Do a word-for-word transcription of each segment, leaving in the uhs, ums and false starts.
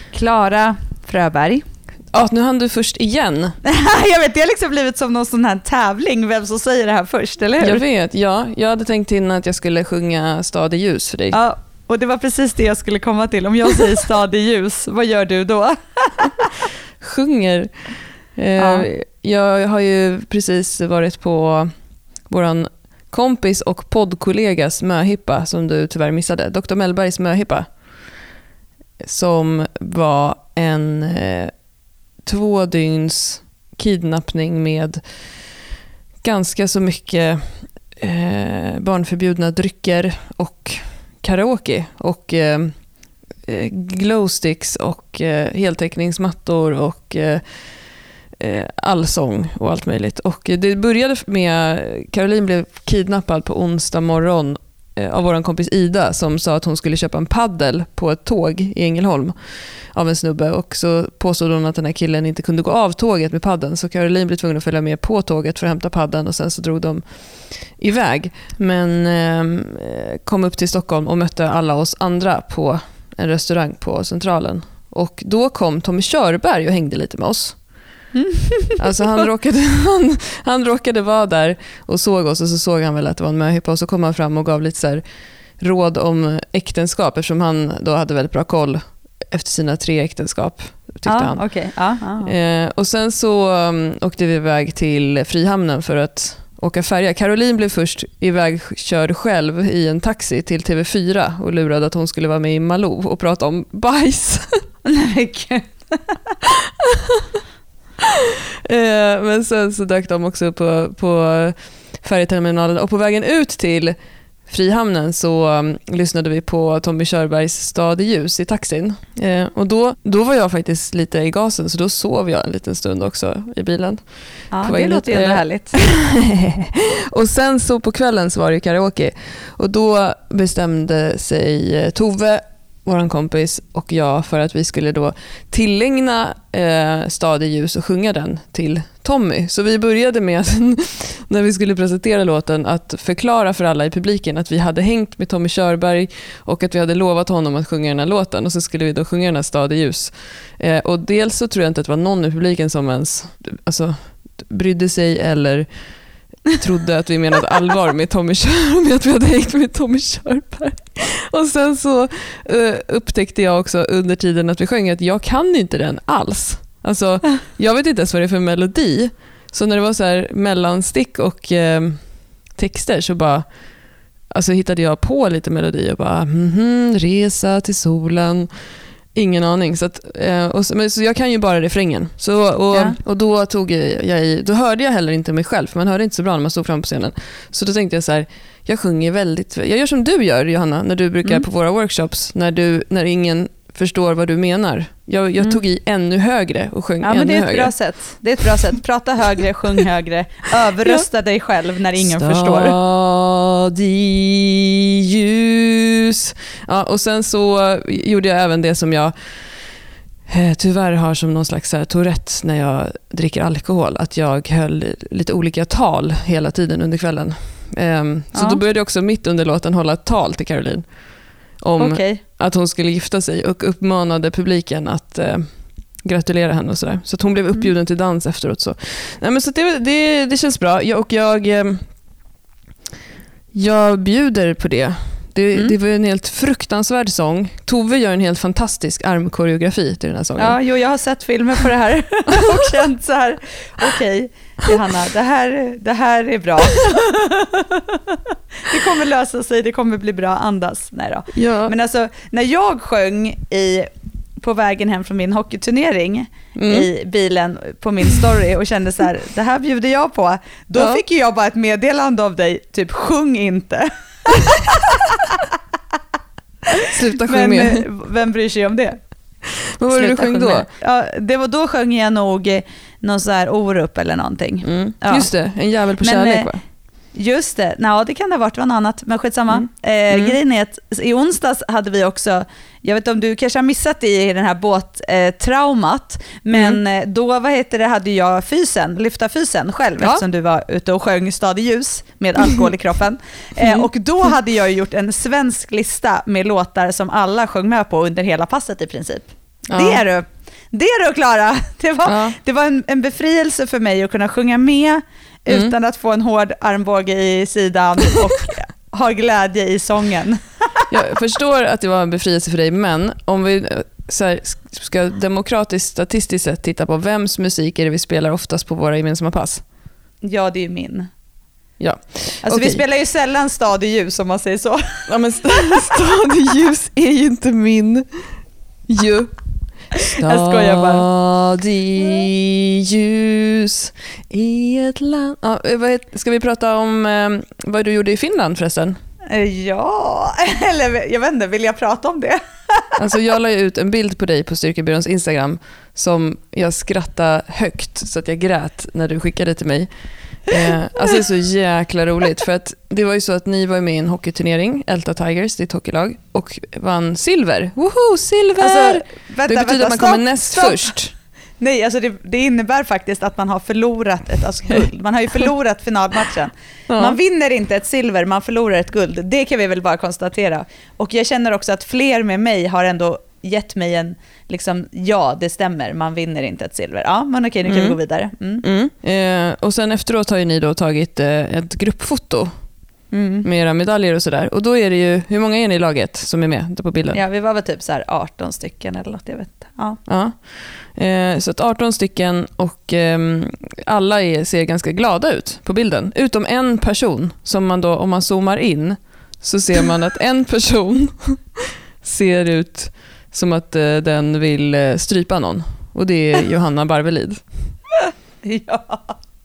Klara Fröberg. Ja, nu hann du först igen. Jag vet, det har liksom blivit som någon sån här tävling, vem som säger det här först, eller hur? Jag vet, ja. Jag hade tänkt innan att jag skulle sjunga Stad i ljus för dig. Ja, och det var precis det jag skulle komma till. Om jag säger Stad i ljus, vad gör du då? Sjunger. Eh, Ja. Jag har ju precis varit på våran kompis och poddkollegas möhippa som du tyvärr missade. doktor Mellbergs möhippa. Som var en eh, två dygns kidnappning med ganska så mycket eh, barnförbjudna drycker och karaoke och eh, glowsticks och eh, heltäckningsmattor och eh, allsång och allt möjligt. Och det började med Caroline blev kidnappad på onsdag morgon av vår kompis Ida som sa att hon skulle köpa en paddel på ett tåg i Ängelholm av en snubbe, och så påstod hon att den här killen inte kunde gå av tåget med paddeln, så Caroline blev tvungen att följa med på tåget för att hämta paddeln, och sen så drog de iväg, men eh, kom upp till Stockholm och mötte alla oss andra på en restaurang på Centralen, och då kom Tommy Körberg och hängde lite med oss. Alltså han råkade, han, han råkade vara där och såg oss, och så såg han väl att det var en möhippa, och så kom han fram och gav lite så här råd om äktenskap, eftersom han då hade väldigt bra koll efter sina tre äktenskap, tyckte ja, han. Okay. Ja, ja. Eh, och sen så um, åkte vi iväg till Frihamnen för att åka färja. Caroline blev först iväg körd själv i en taxi till T V fyra och lurade att hon skulle vara med i Malou och prata om bajs. Nej, gud. Eh, men sen så dök de också på, på färjeterminalen, och på vägen ut till Frihamnen så um, lyssnade vi på Tommy Körbergs Stad i ljus i taxin. Eh, och då, då var jag faktiskt lite i gasen, så då sov jag en liten stund också i bilen. Ja, det låter ju ändå härligt. Och sen så på kvällen så var det karaoke, och då bestämde sig Tove, våran kompis, och jag för att vi skulle då tillägna eh, Stad i ljus och sjunga den till Tommy. Så vi började med att, när vi skulle presentera låten, att förklara för alla i publiken att vi hade hängt med Tommy Körberg och att vi hade lovat honom att sjunga den här låten, och så skulle vi då sjunga den här Stad i ljus. Eh, och dels så tror jag inte att det var någon i publiken som ens alltså, brydde sig eller trodde att vi menade allvar med Tommy Körberg, med att vi hade hängt med Tommy Körberg. Och sen så uh, upptäckte jag också under tiden att vi sjöng att jag kan inte den alls. Alltså, jag vet inte ens vad det är för melodi. Så när det var så här mellanstick och uh, texter så bara alltså hittade jag på lite melodi och bara mm-hmm, resa till solen. Ingen aning. Så, att, eh, och så, men, så jag kan ju bara refrängen. Så, och, ja. och då tog jag, jag i, då hörde jag heller inte mig själv, för man hörde inte så bra när man stod fram på scenen. Så då tänkte jag så här, jag sjunger väldigt, jag gör som du gör, Johanna, när du brukar mm. på våra workshops, när, du, när ingen förstår vad du menar. Jag, jag mm. tog i ännu högre och sjöng ja, ännu men det är ett högre. Bra sätt. Det är ett bra sätt. Prata högre, sjung högre, överrösta ja. dig själv när ingen Stad förstår. Stad i ljus. Ja, och sen så gjorde jag även det som jag eh, tyvärr har som någon slags här Tourette när jag dricker alkohol, att jag höll lite olika tal hela tiden under kvällen. Eh, så ja. då började jag också mitt under låten hålla ett tal till Caroline om okay. att hon skulle gifta sig, och uppmanade publiken att eh, gratulera henne och sådär. Så att hon blev uppbjuden mm. till dans efteråt. Så, Nej, men så det, det, det känns bra. Jag, och jag, eh, jag bjuder på det. Det, mm. det var en helt fruktansvärd sång. Tove gör en helt fantastisk armkoreografi till den här sången. Ja, jo, jag har sett filmer på det här och känt så här, okej, okay, Johanna, det här, det här är bra. Det kommer lösa sig, det kommer bli bra, andas. Nej då. Ja. Men alltså, när jag sjöng i, på vägen hem från min hockeyturnering mm. i bilen på min story och kände så här, det här bjuder jag på. Då ja. fick jag bara ett meddelande av dig, typ, sjung inte. Sluta sjung Men med. Vem bryr sig om det? Vad var det du sjöng då? Ja, det var, då sjöng jag nog någon så här Orup eller någonting. Mm. Ja. Just det, en jävel på Men, kärlek, va? Just det, ja, det kan det ha varit något annat, men skitsamma. Mm. Eh, mm. Grejen är att i onsdags hade vi också, jag vet inte om du kanske har missat i den här båttraumat, eh, men mm. då, vad heter det, hade jag fysen, lyfta fysen själv, ja. eftersom du var ute och sjöng Stad i ljus med alkohol i kroppen. Eh, och då hade jag gjort en svensk lista med låtar som alla sjöng med på under hela passet i princip. Ja. Det är du. Det är du, Klara. Det var, ja. det var en, en befrielse för mig att kunna sjunga med mm. utan att få en hård armbåge i sidan och ha glädje i sången. Jag förstår att det var en befrielse för dig, men om vi så här, ska demokratiskt statistiskt sett titta på vems musik är det vi spelar oftast på våra gemensamma pass? Ja, det är ju min. Ja. Alltså okay. Vi spelar ju sällan Stad i ljus, om man säger så. Ja, men Stad i ljus är ju inte min. Ju. Jag skojar bara. Stad i ljus i ett land. Ja, ska vi prata om eh, vad du gjorde i Finland förresten? Ja, eller jag vet inte, vill jag prata om det? Alltså jag la ut en bild på dig på Styrkebyråns Instagram som jag skrattade högt så att jag grät när du skickade till mig. Eh, alltså det är så jäkla roligt för att det var ju så att ni var med i en hockeyturnering, Älta Tigers, ditt hockeylag, och vann silver. Woho, silver! Alltså, vänta, det betyder vänta, att man kommer stopp, näst stopp. först. Nej, alltså det, det innebär faktiskt att man har förlorat ett alltså guld. Man har ju förlorat finalmatchen. Ja. Man vinner inte ett silver, man förlorar ett guld. Det kan vi väl bara konstatera. Och jag känner också att fler med mig har ändå gett mig en, liksom, ja, det stämmer, man vinner inte ett silver. Ja, men okej, nu kan mm. vi gå vidare. Mm. Mm. Eh, och sen efteråt har ju ni då tagit eh, ett gruppfoto mm. med era medaljer och sådär. Och då är det ju, hur många är ni i laget som är med på bilden? Ja, vi var väl typ så här arton stycken eller något, jag vet inte. Ja. Ja. Eh, så att arton stycken och eh, alla är, ser ganska glada ut på bilden. Utom en person som man då, om man zoomar in så ser man att en person ser ut som att eh, den vill eh, strypa någon. Och det är Johanna Barvelid. Ja.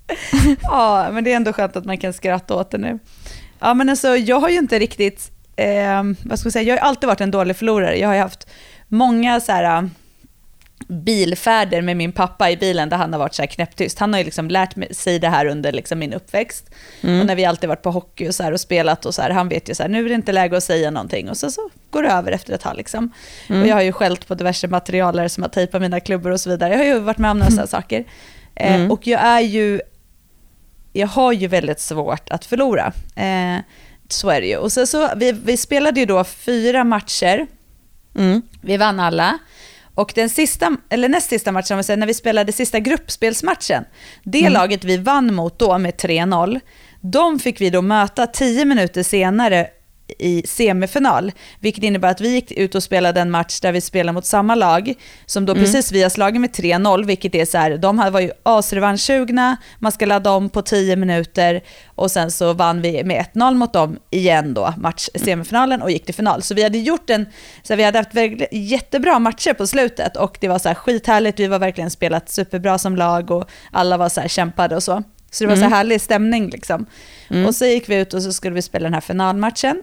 Ja, men det är ändå skönt att man kan skratta åt det nu. Ja, men alltså, jag har ju inte riktigt, eh, vad ska jag säga, jag har alltid varit en dålig förlorare. Jag har ju haft många så här bilfärder med min pappa i bilen där han har varit så här knäpptyst. Han har ju liksom lärt sig det här under liksom min uppväxt. Mm. Och när vi alltid varit på hockey och, så här och spelat och så här, han vet ju så här, nu är det inte läge att säga någonting. Och så, så går det över efter ett tag liksom. Mm. Och jag har ju skällt på diverse materialer som har tejpat mina klubbor och så vidare. Jag har ju varit med om några sådana saker. Eh, mm. Och jag är ju, jag har ju väldigt svårt att förlora. Eh, så är det ju. Och så, så vi, vi spelade ju då fyra matcher. Mm. Vi vann alla. Och den sista, eller näst sista matchen, när vi spelade sista gruppspelsmatchen, det mm. laget vi vann mot då med tre noll, de fick vi då möta tio minuter senare i semifinal, vilket innebär att vi gick ut och spelade en match där vi spelade mot samma lag som då mm. precis vi har slagit med tre noll, vilket är så här, de var ju asrevanschsugna, man ska ladda om på tio minuter och sen så vann vi med ett noll mot dem igen då, match semifinalen, och gick till final. Så vi hade gjort en, så här, vi hade haft jättebra matcher på slutet och det var så här skithärligt, vi var verkligen spelat superbra som lag och alla var så här kämpade och så. Så det var mm. så härlig stämning liksom. Mm. Och så gick vi ut och så skulle vi spela den här finalmatchen.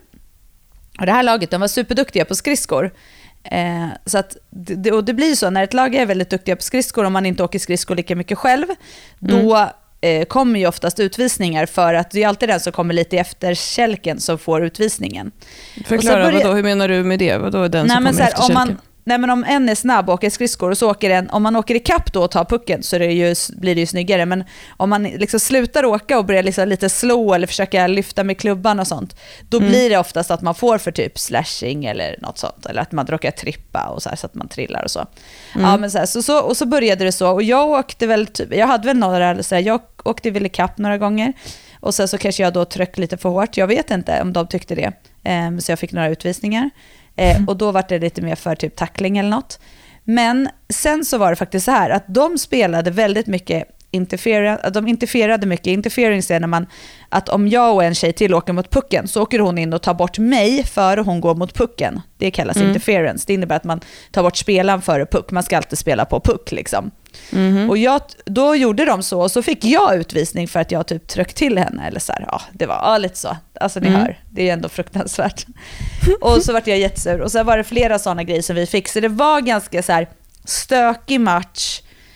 Och det här laget, de var superduktiga på skridskor. Eh, så att det, och det blir så, när ett lag är väldigt duktiga på skridskor, om man inte åker skridskor lika mycket själv, mm. då eh, kommer ju oftast utvisningar, för att det är alltid den som kommer lite i efterkälken som får utvisningen. Förklara, börjar, vadå, hur menar du med det? Vadå är den nej, som kommer efter kälken? Nej, men om en är snabb och åker skridskor och så åker en, om man åker i kapp då och tar pucken så är det ju, blir det ju snyggare, men om man liksom slutar åka och börjar liksom lite slå eller försöka lyfta med klubban och sånt, då mm. blir det oftast att man får för typ slashing eller något sånt, eller att man råkar trippa och så här, så att man trillar och så. Mm. Ja, men så, här, så, så och så började det så, och jag åkte väl typ, jag hade väl några så här, jag åkte väl i kapp några gånger och sen så kanske jag då tryckte lite för hårt, jag vet inte om de tyckte det, um, så jag fick några utvisningar. Eh, och då var det lite mer för typ tackling eller något. Men sen så var det faktiskt så här att de spelade väldigt mycket interference, de interferade mycket. Interference är när man, att om jag och en tjej till åker mot pucken så åker hon in och tar bort mig före hon går mot pucken. Det kallas mm. interference. Det innebär att man tar bort spelaren före puck. Man ska alltid spela på puck liksom. Mm-hmm. Och jag, då gjorde de så, och så fick jag utvisning för att jag typ tryckte till henne eller så här. Ja, det var ja, lite så. Alltså ni mm. hör, det är ändå fruktansvärt. Och så var jag jättesur. Och så var det flera sådana grejer som vi fick. Så det var ganska så här stökig match.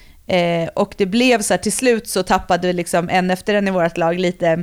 Eh, och det blev så här, till slut så tappade vi liksom en efter en i vårt lag lite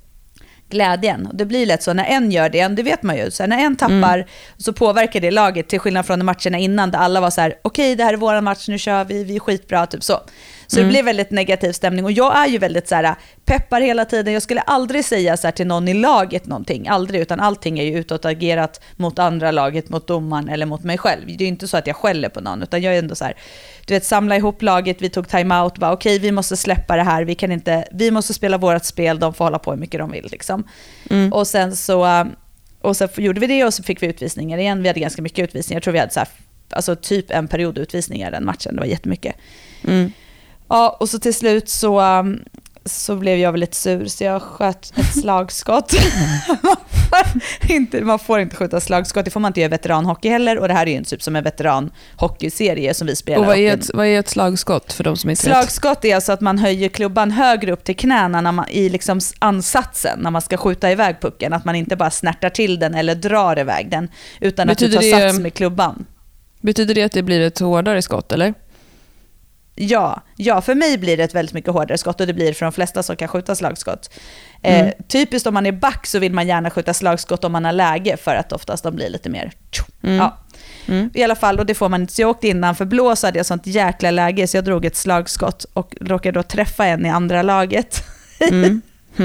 glädjen. Och det blir lätt så när en gör det, det vet man ju. Så när en tappar mm. så påverkar det laget, till skillnad från de matcherna innan där alla var så här: okej, okay, det här är våran match, nu kör vi, vi är skitbra, typ så. Så mm. det blev väldigt negativ stämning. Och jag är ju väldigt så här, peppar hela tiden. Jag skulle aldrig säga så här till någon i laget någonting. Aldrig, utan allting är ju utåtagerat mot andra laget, mot domaren eller mot mig själv. Det är ju inte så att jag skäller på någon, utan jag är ändå så här, du vet, samla ihop laget, vi tog timeout, bara okej, okay, vi måste släppa det här, vi kan inte, vi måste spela vårt spel, de får hålla på hur mycket de vill liksom. Mm. Och sen så och så gjorde vi det och så fick vi utvisningar igen. Vi hade ganska mycket utvisningar. Jag tror vi hade så här, alltså typ en period utvisningar den matchen, det var jättemycket. Mm. Ja, och så till slut så så blev jag väl lite sur så jag sköt ett slagskott. man, får inte, man får inte skjuta slagskott, det får man inte göra i veteranhockey heller, och det här är ju en typ som en veteranhockeyserie som vi spelar. Och vad är ett, vad är ett slagskott för de som inte slagskott vet? Är alltså att man höjer klubban högre upp till knäna när man, i liksom ansatsen när man ska skjuta iväg pucken, att man inte bara snärtar till den eller drar iväg den, utan betyder att du tar det, sats med klubban. Betyder det att det blir ett hårdare skott eller? Ja, ja, för mig blir det ett väldigt mycket hårdare skott, och det blir för de flesta som kan skjuta slagskott. Mm. Eh, typiskt om man är back så vill man gärna skjuta slagskott om man har läge, för att oftast de blir lite mer... Mm. Ja. Mm. I alla fall, och det får man inte. Så jag åkte innan för blå, så hade jag sånt jäkla läge så jag drog ett slagskott och råkade då träffa en i andra laget. Mm.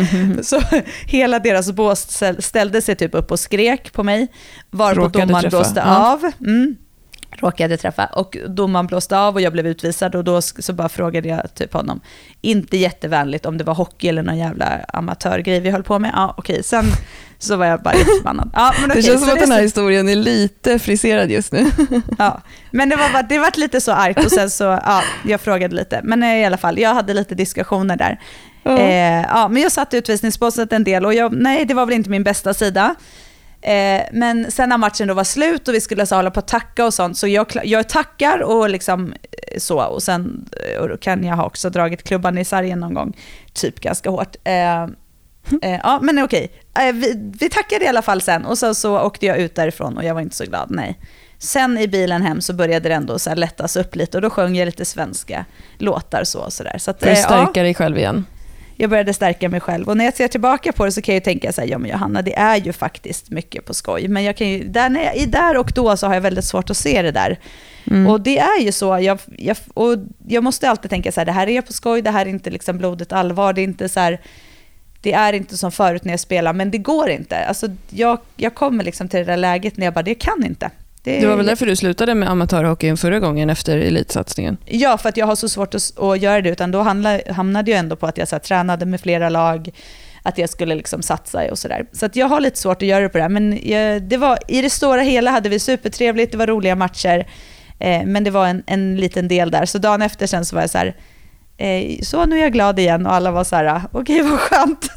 Så hela deras bås ställde sig typ upp och skrek på mig, varpå domaren blåste ja. av. Mm. Råkade träffa, och domaren blåste av och jag blev utvisad, och då så bara frågade jag typ honom, inte jättevänligt, om det var hockey eller någon jävla amatörgrej vi höll på med. Ja, okej, sen så var jag bara jätteförbannad. Ja, men okej, det känns som att det den här så... historien är lite friserad just nu. Ja, men det var bara, det var lite så argt, och sen så, ja, jag frågade lite, men i alla fall, jag hade lite diskussioner där. Mm. Eh, ja, men jag satt i utvisningsbåset en del, och jag, nej, det var väl inte min bästa sida. Eh, men sen när matchen då var slut och vi skulle så hålla på att tacka och sånt, så jag, jag tackar och liksom så, och sen och kan jag ha också dragit klubban i sargen någon gång, typ ganska hårt. Eh, eh, ja, men okej. Eh, vi, vi tackade i alla fall sen, och så, så åkte jag ut därifrån och jag var inte så glad, nej. Sen i bilen hem så började det ändå så här lättas upp lite, och då sjöng jag lite svenska låtar så, så där. Så att, för att stärka ja. dig själv igen. Jag började stärka mig själv. Och när jag ser tillbaka på det så kan jag tänka så här, ja men Johanna, det är ju faktiskt mycket på skoj. Men jag kan ju, där, när jag, i där och då så har jag väldigt svårt att se det där. Mm. Och det är ju så, jag, jag, och jag måste alltid tänka så här, det här är på skoj, det här är inte liksom blodigt allvar, det är inte så här, det är inte som förut när jag spelar, men det går inte. Alltså jag, jag kommer liksom till det där läget när jag bara, det kan inte. Det, det var väl därför du slutade med amatörhockeyn förra gången efter elitsatsningen? Ja, för att jag har så svårt att, att göra det, utan då hamnade, hamnade jag ändå på att jag så här, tränade med flera lag, att jag skulle liksom satsa och sådär. Så att jag har lite svårt att göra det på det här, men jag, det var, i det stora hela hade vi supertrevligt, det var roliga matcher, eh, men det var en, en liten del där. Så dagen efter sen så var jag så här, eh, så nu är jag glad igen, och alla var så här, okej, vad skönt.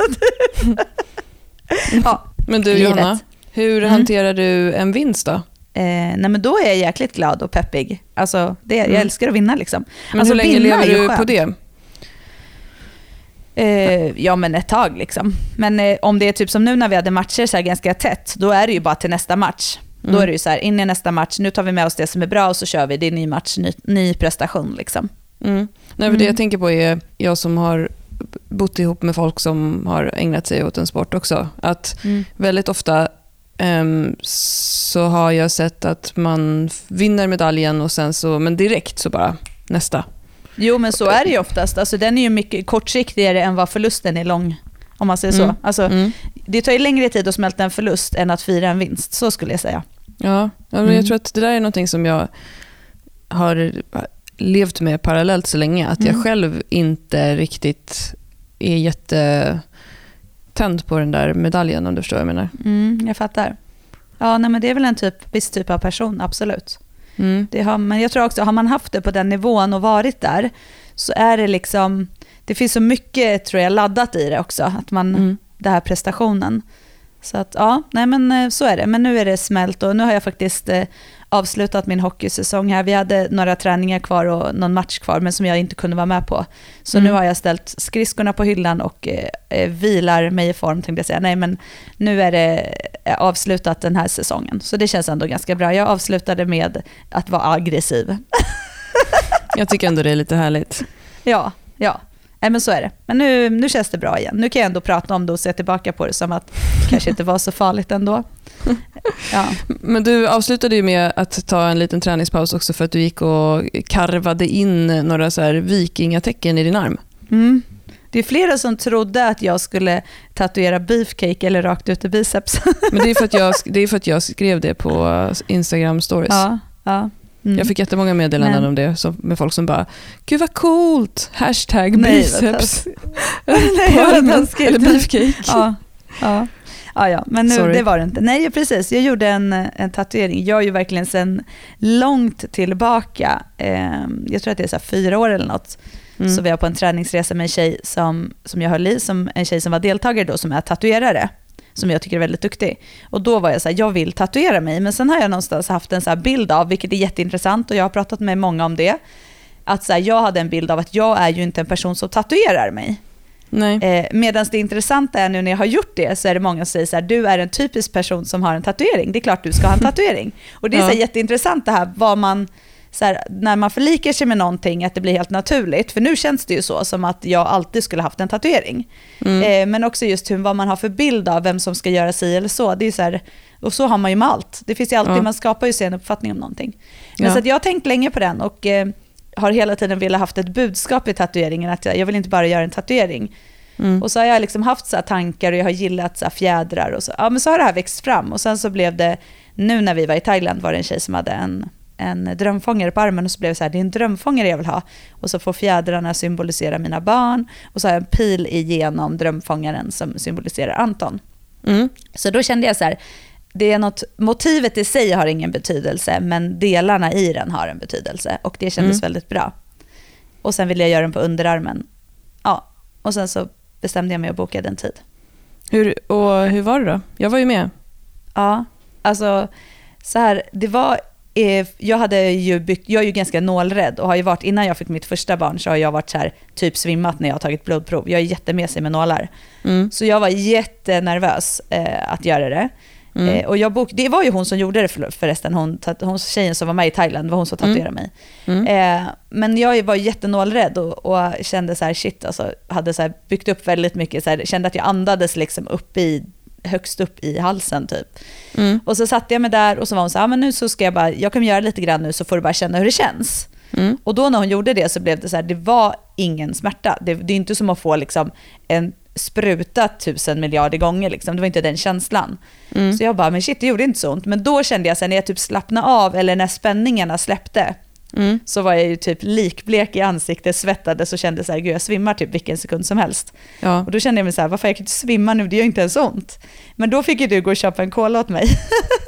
Ja, men du Johanna, hur mm. hanterar du en vinst då? Eh, nej men då är jag jäkligt glad och peppig. Alltså, det, mm. jag älskar att vinna liksom. Men alltså, hur länge lever du på det? Eh, ja men ett tag liksom. Men eh, om det är typ som nu när vi hade matcher så här ganska tätt, då är det ju bara till nästa match. Mm. Då är det ju så här, in i nästa match, nu tar vi med oss det som är bra och så kör vi, det är ny match, ny, ny prestation liksom. Mm. Nej, för det jag tänker på är, jag som har bott ihop med folk som har ägnat sig åt en sport också, att mm. väldigt ofta Um, så har jag sett att man vinner medaljen och sen så, men direkt så bara nästa. Jo, men så är det ju oftast. Alltså, den är ju mycket kortsiktigare än vad förlusten är lång, om man säger mm. så. Alltså, mm. det tar ju längre tid att smälta en förlust än att fira en vinst, så skulle jag säga. Ja, jag mm. tror att det där är någonting som jag har levt med parallellt så länge, att jag mm. själv inte riktigt är jätte tänd på den där medaljen, om du förstår vad jag menar. Mm, jag fattar. Ja, nej, men det är väl en typ, viss typ av person, absolut. Mm. Det har, men jag tror också, har man haft det på den nivån och varit där, så är det liksom, det finns så mycket, tror jag, laddat i det också, att man, mm. det här prestationen. Så att, ja, nej men så är det. Men nu är det smält, och nu har jag faktiskt eh, avslutat min hockeysäsong här. Vi hade några träningar kvar och någon match kvar, men som jag inte kunde vara med på. Så mm. nu har jag ställt skridskorna på hyllan och eh, vilar mig i form, tänkte jag säga. Nej, men nu är det avslutat den här säsongen. Så det känns ändå ganska bra. Jag avslutade med att vara aggressiv. Jag tycker ändå det är lite härligt. Ja, ja. Nej, men så är det. Men nu, nu känns det bra igen. Nu kan jag ändå prata om det och se tillbaka på det som att det kanske inte var så farligt ändå. Ja. Men du avslutade ju med att ta en liten träningspaus också för att du gick och karvade in några så här vikingatecken i din arm. Mm. Det är flera som trodde att jag skulle tatuera beefcake eller rakt ut i biceps. Men det är för att jag, det är för att jag skrev det på Instagram stories. Ja, ja. Mm. Jag fick jättemånga meddelanden Men. om det så, med folk som bara, gud vad coolt, hashtag Nej, biceps. Nej, eller beefcake. Ja, ja. Ja, ja, men nu, det var det inte. Nej, precis. Jag gjorde en, en tatuering. Jag är ju verkligen sedan långt tillbaka, eh, jag tror att det är så här fyra år eller något, mm. så var jag på en träningsresa med en tjej som, som jag höll i, som en tjej som var deltagare då, som är tatuerare, som jag tycker är väldigt duktig. Och då var jag så här, jag vill tatuera mig, men sen har jag någonstans haft en så här bild av, vilket är jätteintressant och jag har pratat med många om det, att så här, jag hade en bild av att jag är ju inte en person som tatuerar mig. Nej. Eh, medan det intressanta är nu när jag har gjort det så är det många som säger så här, du är en typisk person som har en tatuering, det är klart du ska ha en tatuering. Och det är ja. så här jätteintressant det här, vad man, så här, när man förlikar sig med någonting, att det blir helt naturligt. För nu känns det ju så som att jag alltid skulle haft en tatuering. Mm. Eh, men också just hur, vad man har för bild av vem som ska göra sig eller så. Det är så här, och så har man ju med allt. Det finns ju alltid, ja. man skapar ju sig en uppfattning om någonting. Men ja. så att jag har tänkt länge på den och eh, har hela tiden velat haft ett budskap i tatueringen, att jag, jag vill inte bara göra en tatuering. Mm. Och så har jag liksom haft så här tankar och jag har gillat så här fjädrar och så. Ja, men så har det här växt fram. Och sen så blev det, nu när vi var i Thailand var det en tjej som hade en, en drömfångare på armen och så blev det så här, det är en drömfångare jag vill ha. Och så får fjädrarna symbolisera mina barn och så har jag en pil igenom drömfångaren som symboliserar Anton. Mm. Så då kände jag så här, det är något, motivet i sig har ingen betydelse, men delarna i den har en betydelse och det kändes mm. väldigt bra. Och sen ville jag göra den på underarmen. Ja, och sen så bestämde jag mig att boka den tid. Hur, och hur var det då? Jag var ju med. Ja, alltså så här, det var, eh, jag hade ju byggt, jag är ju ganska nålrädd och har ju varit, innan jag fick mitt första barn så har jag varit så här, typ svimmat när jag har tagit blodprov. Jag är jättemesig med nålar. Mm. Så jag var jättenervös eh, att göra det. Mm. Eh, och jag bok, det var ju hon som gjorde det för, förresten, hon, hon tjejen som var med i Thailand, var hon som tatuerade mm. mig. Mm. Eh, men jag var jättenålrädd och, och kände så här, shit, alltså, hade så här byggt upp väldigt mycket, så här, kände att jag andades liksom upp i, högst upp i halsen typ. Mm. Och så satte jag mig där och så var hon så här, ah, men nu så ska jag bara, jag kan göra lite grann nu så får du bara känna hur det känns. Mm. Och då när hon gjorde det så blev det så här, det var ingen smärta. Det, det är inte som att få liksom en spruta tusen miljarder gånger liksom. Det var inte den känslan. Mm. Så jag bara, men shit, det gjorde inte så ont. Men då kände jag sen när jag typ slappnade av eller när spänningarna släppte mm. så var jag ju typ likblek i ansiktet, svettades och kände så här, gud jag svimmar typ vilken sekund som helst. Ja. Och då kände jag mig så här, varför jag kan inte svimma nu, det gör inte ens ont. Men då fick ju du gå och köpa en cola åt mig.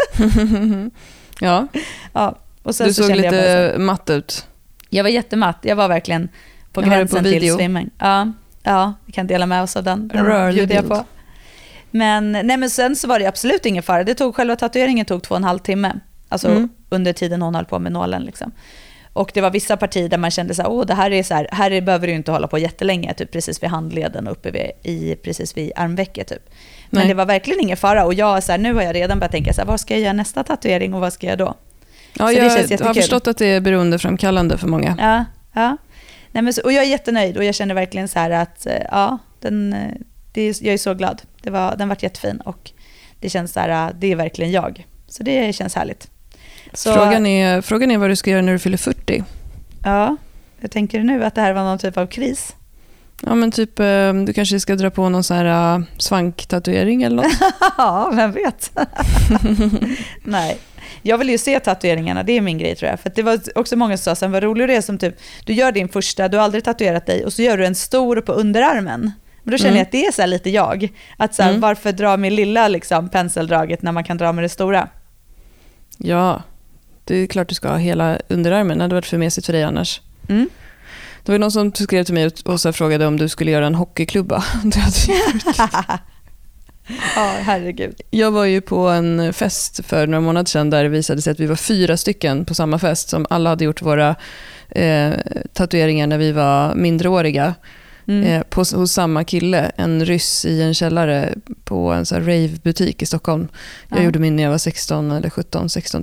ja. ja. Och sen du så såg lite jag så, matt ut. Jag var jättematt, jag var verkligen på jag gränsen på till svimming. Ja. Ja, vi kan dela med oss av den. Den bjuder jag på. Men, nej, men sen så var det absolut ingen fara. Det tog, själva tatueringen tog två och en halv timme. Alltså mm. under tiden hon höll på med nålen. Liksom. Och det var vissa partier där man kände så här, åh, det här är så här, här behöver du inte hålla på jättelänge. Typ precis vid handleden och uppe vid, i, precis vid armvecket. Typ. Men nej. Det var verkligen ingen fara. Och jag, så här, nu har jag redan börjat tänka, så här, vad ska jag göra nästa tatuering och vad ska jag då? Ja, så jag det känns jättekul. Har förstått att det är beroendeframkallande för många. Ja, ja. Nej, men så, och jag är jättenöjd och jag känner verkligen så här att ja, den, det är, jag är så glad. Det var, den var jättefin och det känns så här, det är verkligen jag. Så det känns härligt. Så, frågan, är, frågan är vad du ska göra när du fyller fyrtio. Ja, jag tänker nu att det här var någon typ av kris. Ja, men typ du kanske ska dra på någon sån här svanktatuering eller något. Ja, vem vet. Nej. Jag vill ju se tatueringarna, det är min grej tror jag. För det var också många som sa, sen vad roligt det är som typ, du gör din första, du har aldrig tatuerat dig och så gör du en stor på underarmen. Men då känner mm. jag att det är så här lite jag. Att så här, mm. varför dra med lilla liksom, penseldraget när man kan dra med det stora? Ja, det är klart du ska ha hela underarmen, det hade varit för mesigt för dig annars. Mm. Det var någon som skrev till mig och så frågade om du skulle göra en hockeyklubba. Det hade jag gjort. Ja, herregud. Jag var ju på en fest för några månader sedan där det visade sig att vi var fyra stycken på samma fest som alla hade gjort våra eh, tatueringar när vi var mindreåriga mm. eh, på, hos samma kille, en ryss i en källare på en så här rave-butik i Stockholm. Jag ja. gjorde min när jag var sexton eller sjutton, sexton tror jag.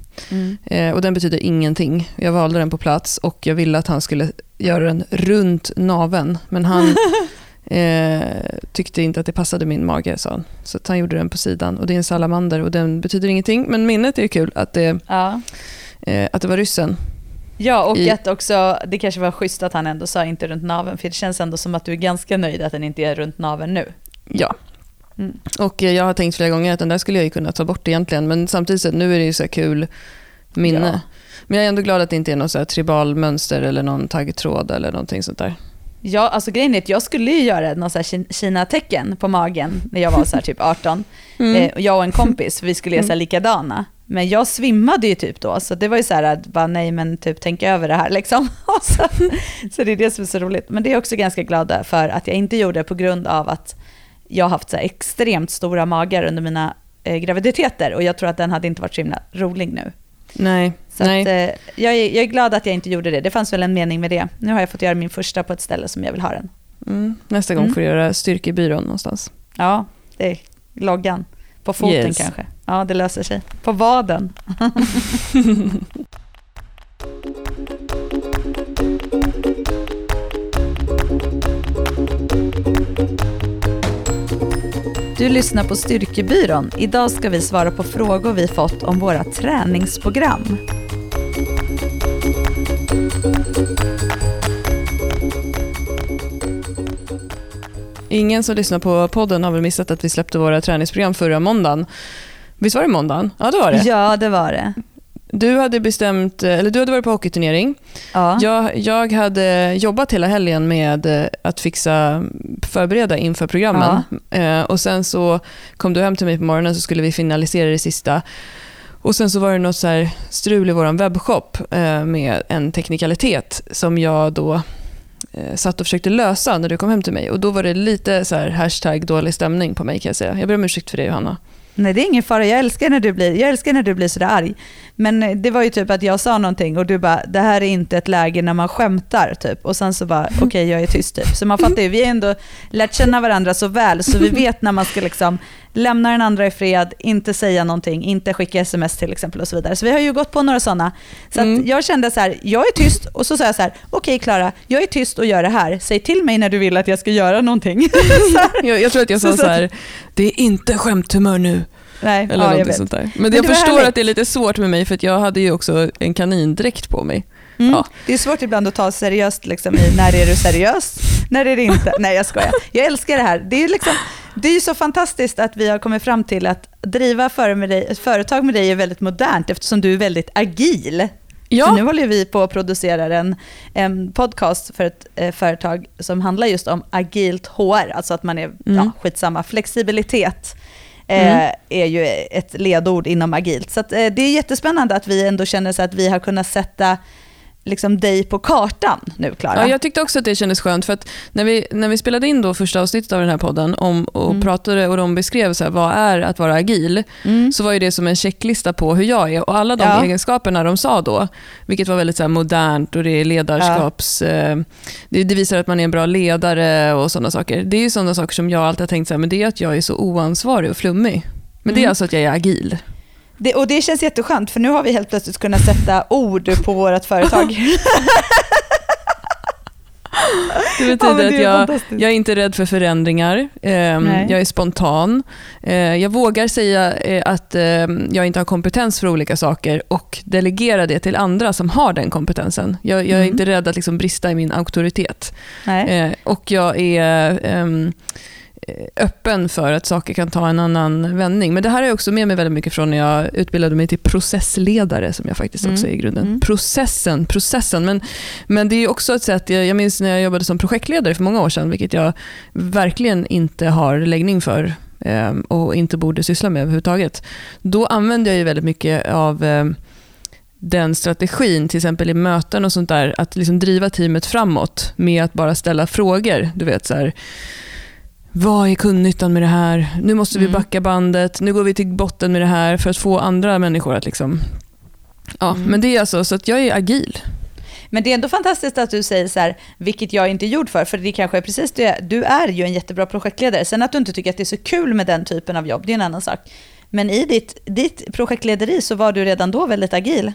Mm. Eh, och den betyder ingenting. Jag valde den på plats och jag ville att han skulle göra den runt naven. Men han eh, tyckte inte att det passade min mage, sa han. Så att han gjorde den på sidan. Och det är en salamander och den betyder ingenting. Men minnet är kul att det, ja. eh, att det var ryssen. Ja, och I... att också, det kanske var schysst att han ändå sa inte runt naven. För det känns ändå som att du är ganska nöjd att den inte är runt naven nu. Ja. Mm. Och jag har tänkt flera gånger att den där skulle jag ju kunna ta bort egentligen. Men samtidigt så nu är det ju så här kul minne. Ja. Men jag är ändå glad att det inte är något så här tribalmönster eller någon taggtråd eller någonting sånt där. Ja, alltså grejen är att jag skulle ju göra någon så här Kina-tecken på magen när jag var så här typ arton. Mm. Eh, jag och en kompis, vi skulle läsa likadana. Men jag svimmade ju typ då, så det var ju så här att bara nej men typ tänk över det här liksom. så, så det är det som är så roligt. Men det är jag också ganska glada för att jag inte gjorde på grund av att jag har haft så här extremt stora magar under mina eh, graviditeter och jag tror att den hade inte varit så himla rolig nu. Nej. Så nej. Att, eh, jag, är, jag är glad att jag inte gjorde det. Det fanns väl en mening med det. Nu har jag fått göra min första på ett ställe som jag vill ha den. Mm. Nästa gång mm. får du göra styrkebyrån någonstans. Ja, det är loggan. På foten yes. kanske. Ja, det löser sig. På vaden. Du lyssnar på Styrkebyrån. Idag ska vi svara på frågor vi fått om våra träningsprogram. Ingen som lyssnar på podden har väl missat att vi släppte våra träningsprogram förra måndagen. Visst var det måndagen? Ja, det var det. Ja, det var det. Du hade bestämt, eller du hade varit på hockeyturnering. Ja. Jag, jag hade jobbat hela helgen med att fixa, förbereda inför programmen. Ja. Eh, och sen så kom du hem till mig på morgonen så skulle vi finalisera det sista. Och sen så var det något så här strul i våran webbshop eh, med en teknikalitet som jag då eh, satt och försökte lösa när du kom hem till mig. Och då var det lite så här hashtag dålig stämning på mig, kan jag säga. Jag ber om ursäkt för det, Johanna. Nej, det är ingen fara. Jag älskar när du blir, jag älskar när du blir så där arg. Men det var ju typ att jag sa någonting och du bara, det här är inte ett läge när man skämtar typ. Och sen så bara, okej, okay, jag är tyst typ. Så man fattar ju, vi har ändå lärt känna varandra så väl så vi vet när man ska liksom lämna den andra i fred, inte säga någonting, inte skicka sms till exempel och så vidare. Så vi har ju gått på några sådana. Så mm. att jag kände så här, jag är tyst och så sa jag så här, okej okay, Klara, jag är tyst och gör det här. Säg till mig när du vill att jag ska göra någonting. jag, jag tror att jag sa så, så här, det är inte skämthumör nu. Nej, eller ja, något jag vet. sånt där. Men, Men jag förstår härligt. Att det är lite svårt med mig för att jag hade ju också en kanindräkt på mig. Mm. Ja. Det är svårt ibland att ta seriöst liksom, i när är du seriös, när är det inte. Nej, jag skojar. Jag älskar det här. Det är liksom, det är ju så fantastiskt att vi har kommit fram till att driva för med dig, ett företag med dig är väldigt modernt eftersom du är väldigt agil. Ja. Så nu håller vi på att producera en, en podcast för ett eh, företag som handlar just om agilt H R, alltså att man är mm. ja, skitsamma, flexibilitet. Mm. är ju ett ledord inom agilt. Så att, eh, det är jättespännande att vi ändå känner så att vi har kunnat sätta liksom dig på kartan nu, Klara. Ja, jag tyckte också att det kändes skönt för att när vi, när vi spelade in då första avsnittet av den här podden om, och mm. pratade och de beskrev så här, vad är att vara agil, mm. så var ju det som en checklista på hur jag är och alla de ja. egenskaperna de sa då, vilket var väldigt så här modernt och det är ledarskaps... Ja. Eh, det, det visar att man är en bra ledare och sådana saker. Det är ju sådana saker som jag alltid har tänkt så här, men det är att jag är så oansvarig och flummig. Men mm. det är alltså att jag är agil. Det, och det känns jätteskönt för nu har vi helt plötsligt kunnat sätta ord på vårt företag. Det betyder ja, att jag, jag är inte rädd för förändringar. Eh, jag är spontan. Eh, jag vågar säga eh, att eh, jag inte har kompetens för olika saker och delegera det till andra som har den kompetensen. Jag, jag är mm. inte rädd att liksom brista i min auktoritet. Eh, och jag är... Eh, öppen för att saker kan ta en annan vändning. Men det här är också med mig väldigt mycket från när jag utbildade mig till processledare som jag faktiskt också är i grunden. Mm. Processen, processen. Men, men det är också ett sätt, jag, jag minns när jag jobbade som projektledare för många år sedan, vilket jag verkligen inte har läggning för eh, och inte borde syssla med överhuvudtaget. Då använde jag ju väldigt mycket av eh, den strategin, till exempel i möten och sånt där, att liksom driva teamet framåt med att bara ställa frågor. Du vet så här, vad är kundnyttan med det här? Nu måste vi backa bandet. Nu går vi till botten med det här för att få andra människor att liksom... Ja, mm. men det är alltså så att jag är agil. Men det är ändå fantastiskt att du säger så här, vilket jag inte är gjord för, för det kanske är precis det. Du är ju en jättebra projektledare. Sen att du inte tycker att det är så kul med den typen av jobb, det är en annan sak. Men i ditt, ditt projektlederi så var du redan då väldigt agil.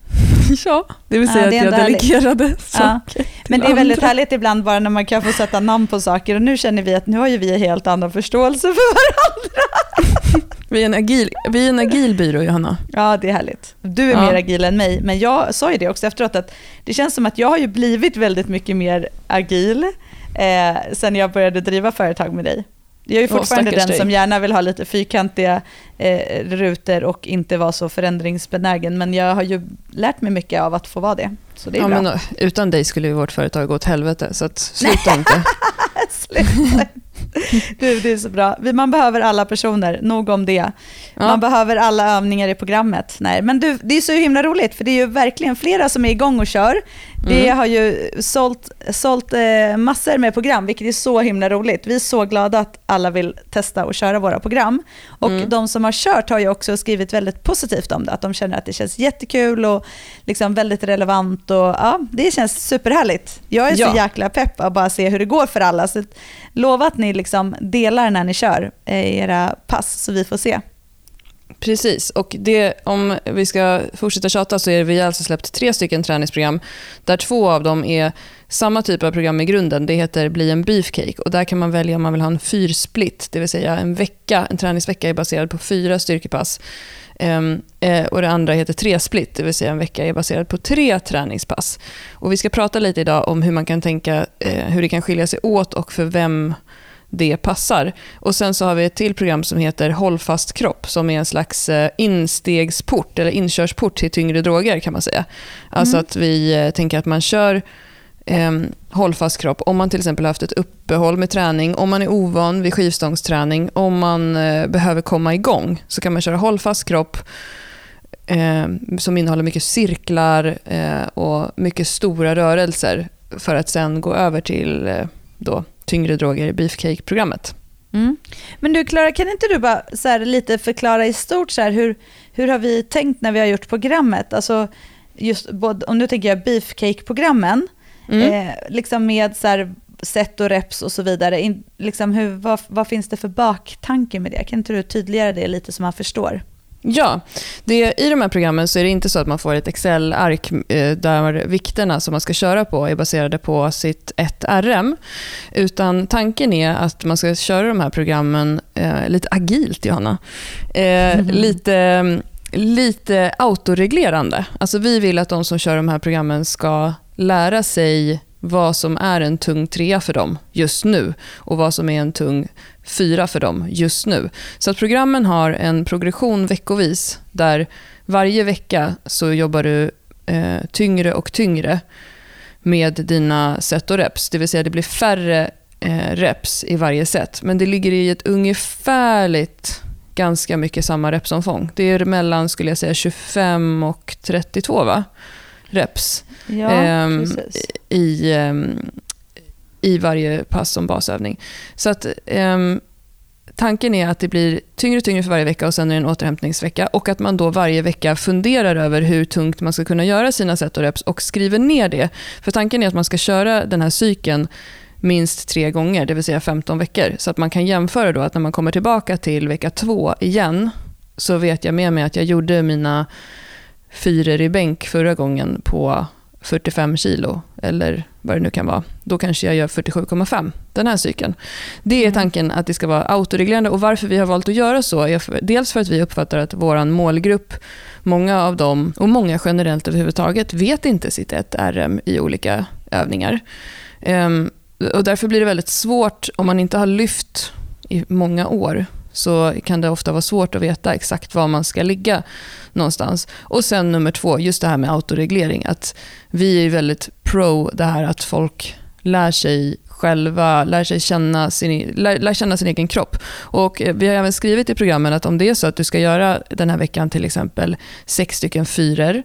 Ja, det vill säga ja, det att jag delegerade saker. Ja. Men det är väldigt andra. Härligt ibland bara när man kan få sätta namn på saker. Och nu känner vi att nu har ju vi en helt annan förståelse för varandra. Vi är en agil, vi är en agil byrå, Johanna. Ja, det är härligt. Du är ja. mer agil än mig. Men jag sa ju det också efteråt att det känns som att jag har ju blivit väldigt mycket mer agil eh, sen jag började driva företag med dig. Jag är ju fortfarande den dig. som gärna vill ha lite fyrkantiga eh, rutor och inte vara så förändringsbenägen. Men jag har ju lärt mig mycket av att få vara det. Så det är ja, bra. Men, utan dig skulle ju vårt företag gå åt helvete. Så att, sluta inte. sluta. Du, det är så bra. Man behöver alla personer, nog om det. Ja. Man behöver alla övningar i programmet. Nej, men du, det är så himla roligt för det är ju verkligen flera som är igång och kör. Vi mm. har ju sålt, sålt eh, massor med program, vilket är så himla roligt. Vi är så glada att alla vill testa och köra våra program. Och mm. de som har kört har ju också skrivit väldigt positivt om det. Att de känner att det känns jättekul och liksom väldigt relevant. Och, ja, det känns superhärligt. Jag är ja. så jäkla pepp att bara se hur det går för alla. Så lova att ni liksom delar när ni kör era pass så vi får se. Precis, och det, om vi ska fortsätta tjata så är vi alltså släppt tre stycken träningsprogram där två av dem är samma typ av program i grunden. Det heter Bli en beefcake och där kan man välja om man vill ha en fyrsplit, det vill säga en vecka, en träningsvecka är baserad på fyra styrkepass. Um, eh, och det andra heter tre split, det vill säga en vecka är baserad på tre träningspass. Och vi ska prata lite idag om hur man kan tänka, eh, hur det kan skilja sig åt och för vem det passar. Och sen så har vi ett till program som heter Hållfast kropp som är en slags instegsport eller inkörsport till tyngre droger kan man säga. Alltså mm. att vi tänker att man kör eh, hållfast kropp om man till exempel har haft ett uppehåll med träning, om man är ovan vid skivstångsträning, om man eh, behöver komma igång så kan man köra hållfast kropp eh, som innehåller mycket cirklar eh, och mycket stora rörelser för att sen gå över till eh, då tyngre droger i Beefcake-programmet. Mm. Men du Klara, kan inte du bara så här, lite förklara i stort så här, hur, hur har vi tänkt när vi har gjort programmet? Alltså just både, om nu tänker jag Beefcake-programmen mm. eh, liksom med så här, set och reps och så vidare. In, liksom hur, vad, vad finns det för baktanke med det? Kan inte du tydliggöra det lite så man förstår? Ja, det, i de här programmen så är det inte så att man får ett Excel-ark eh, där vikterna som man ska köra på är baserade på sitt ett R M. Utan tanken är att man ska köra de här programmen eh, lite agilt, Johanna. Eh, mm. Lite, lite autoreglerande. Alltså vi vill att de som kör de här programmen ska lära sig vad som är en tung trea för dem just nu och vad som är en tung fyra för dem just nu. Så att programmen har en progression veckovis där varje vecka så jobbar du eh, tyngre och tyngre med dina set och reps. Det vill säga det blir färre eh, reps i varje set. Men det ligger i ett ungefärligt ganska mycket samma repsomfång. Det är mellan, skulle jag säga, tjugofem och trettiotvå va? Reps. Ja, ehm, i, um, i varje pass som basövning. Så att um, tanken är att det blir tyngre och tyngre för varje vecka och sen är det en återhämtningsvecka och att man då varje vecka funderar över hur tungt man ska kunna göra sina set och reps och skriver ner det. För tanken är att man ska köra den här cykeln minst tre gånger, det vill säga femton veckor. Så att man kan jämföra då att när man kommer tillbaka till vecka två igen så vet jag med mig att jag gjorde mina fyror i bänk förra gången på fyrtiofem kilo eller vad det nu kan vara. Då kanske jag gör fyrtiosju komma fem den här cykeln. Det är tanken att det ska vara autoreglerande och varför vi har valt att göra så är för, dels för att vi uppfattar att våran målgrupp, många av dem och många generellt överhuvudtaget vet inte sitt ett R M i olika övningar. Um, och därför blir det väldigt svårt om man inte har lyft i många år så kan det ofta vara svårt att veta exakt var man ska ligga någonstans. Och sen nummer två, just det här med autoreglering. Att vi är väldigt pro det här att folk lär sig själva, lär sig känna sin, lär, lär känna sin egen kropp. Och vi har även skrivit i programmen att om det är så att du ska göra den här veckan till exempel sex stycken fyror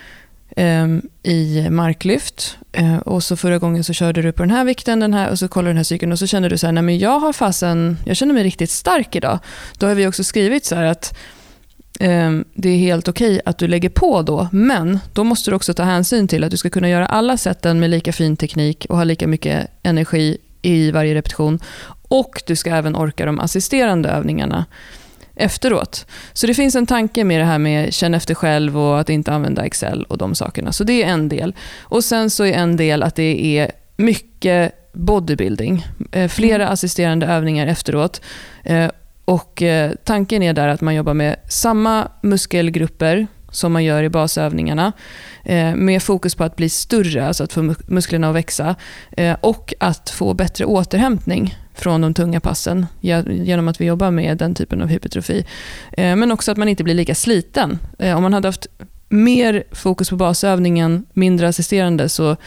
i marklyft och så förra gången så körde du på den här vikten den här, och så kollar du den här cykeln och så känner du så här, nej men jag har fasen, jag känner mig riktigt stark idag. Då har vi också skrivit så här att um, det är helt okej att du lägger på då, men då måste du också ta hänsyn till att du ska kunna göra alla sätten med lika fin teknik och ha lika mycket energi i varje repetition och du ska även orka de assisterande övningarna efteråt. Så det finns en tanke med det här med känna efter själv och att inte använda Excel och de sakerna. Så det är en del. Och sen så är en del att det är mycket bodybuilding. Flera mm. assisterande övningar efteråt. Och tanken är där att man jobbar med samma muskelgrupper som man gör i basövningarna, med fokus på att bli större, alltså att få musklerna att växa, och att få bättre återhämtning från de tunga passen genom att vi jobbar med den typen av hypertrofi. Men också att man inte blir lika sliten. Om man hade haft mer fokus på basövningen, mindre assisterande, så,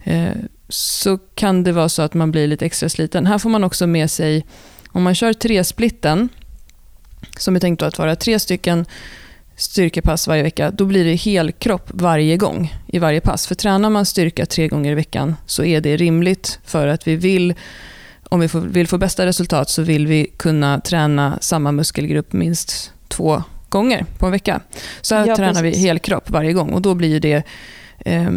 så kan det vara så att man blir lite extra sliten. Här får man också med sig, om man kör tre splitten, som är tänkt att vara tre stycken styrkepass varje vecka, då blir det helkropp varje gång i varje pass. För tränar man styrka tre gånger i veckan så är det rimligt, för att vi vill, om vi får, vill få bästa resultat, så vill vi kunna träna samma muskelgrupp minst två gånger på en vecka. Så här ja, tränar precis. vi helkropp varje gång, och då blir det eh,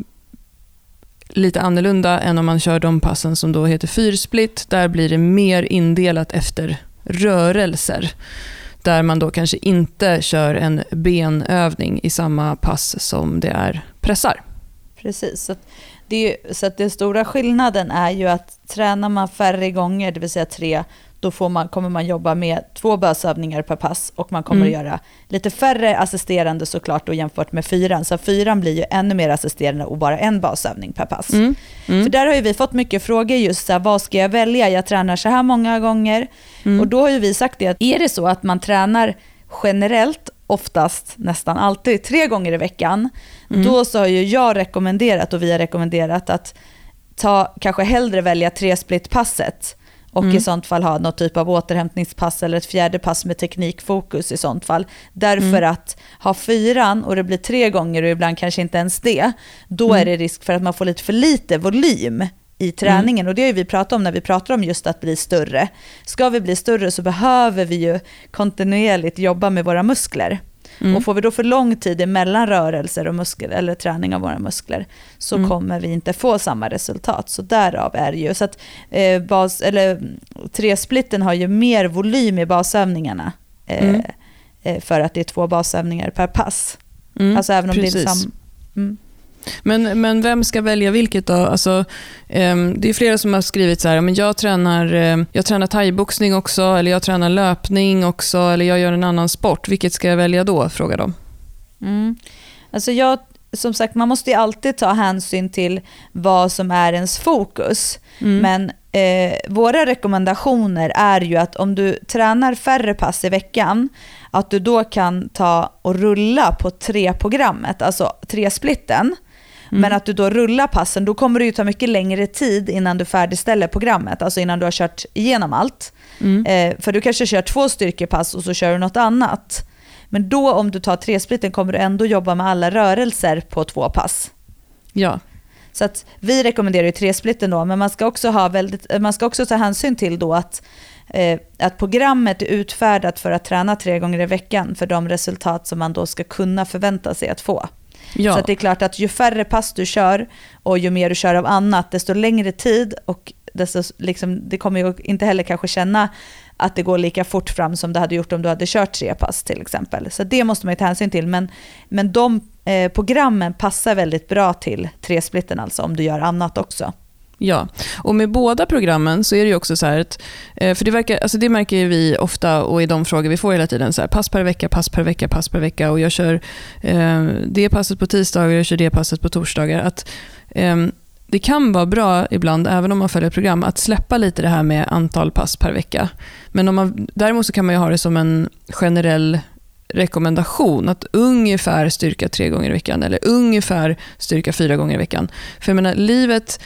lite annorlunda än om man kör de passen som då heter fyrsplit. Där blir det mer indelat efter rörelser, där man då kanske inte kör en benövning i samma pass som det är pressar. Precis, så att det, är, så att den stora skillnaden är ju att tränar man färre gånger, det vill säga tre, då får man, kommer man jobba med två basövningar per pass, och man kommer mm. att göra lite färre assisterande såklart då, jämfört med fyran. Så fyran blir ju ännu mer assisterande och bara en basövning per pass. Mm. Mm. För där har ju vi fått mycket frågor just så här, vad ska jag välja? Jag tränar så här många gånger. Mm. Och då har ju vi sagt det, att är det så att man tränar generellt, oftast nästan alltid tre gånger i veckan, mm. då så har ju jag rekommenderat, och vi har rekommenderat, att ta, kanske hellre välja tre splitpasset, och mm. i sånt fall ha något typ av återhämtningspass eller ett fjärde pass med teknikfokus i sånt fall. Därför mm. att ha fyran och det blir tre gånger och ibland kanske inte ens det, då mm. är det risk för att man får lite för lite volym i träningen. Mm. Och det har vi pratat om när vi pratar om just att bli större. Ska vi bli större så behöver vi ju kontinuerligt jobba med våra muskler. Mm. Och får vi då för lång tid emellan rörelser och muskel, eller träning av våra muskler, så mm. kommer vi inte få samma resultat. Så därav är det ju så att eh, bas, eller tre-splitten har ju mer volym i basövningarna, eh, mm. eh, för att det är två basövningar per pass. Mm. Alltså även om Precis. det är sam- mm. Men, men vem ska välja vilket då? Alltså, um, det är flera som har skrivit så här, men jag tränar, um, jag tränar thaiboxning också, eller jag tränar löpning också, eller jag gör en annan sport. Vilket ska jag välja då? Frågar de. Mm. Alltså jag, som sagt, man måste ju alltid ta hänsyn till vad som är ens fokus. Mm. Men eh, våra rekommendationer är ju att om du tränar färre pass i veckan, att du då kan ta och rulla på tre-programmet, alltså tre-splitten. Mm. Men att du då rullar passen, då kommer det ju ta mycket längre tid innan du färdigställer programmet, alltså innan du har kört igenom allt. Mm. Eh, för du kanske kör två styrkepass och så kör du något annat. Men då, om du tar tre-splitten, kommer du ändå jobba med alla rörelser på två pass. Ja. Så att vi rekommenderar ju tre-splitten då, men man ska också ha väldigt, man ska också ta hänsyn till då att eh, att programmet är utfärdat för att träna tre gånger i veckan för de resultat som man då ska kunna förvänta sig att få. Ja. Så att det är klart att ju färre pass du kör och ju mer du kör av annat, desto längre tid, och desto, liksom, det kommer ju inte heller kanske känna att det går lika fort fram som det hade gjort om du hade kört tre pass till exempel. Så det måste man ju ta hänsyn till. Men, men de eh, programmen passar väldigt bra till tre-splitten, alltså om du gör annat också. Ja, och med båda programmen så är det ju också så här att, för det, verkar, alltså det märker vi ofta, och i de frågor vi får hela tiden, så här, pass per vecka, pass per vecka, pass per vecka, och jag kör eh, det passet på tisdagar, jag kör det passet på torsdagar, att eh, det kan vara bra ibland, även om man följer program, att släppa lite det här med antal pass per vecka. Men om man, däremot så kan man ju ha det som en generell rekommendation att ungefär styrka tre gånger i veckan, eller ungefär styrka fyra gånger i veckan. För jag menar, livet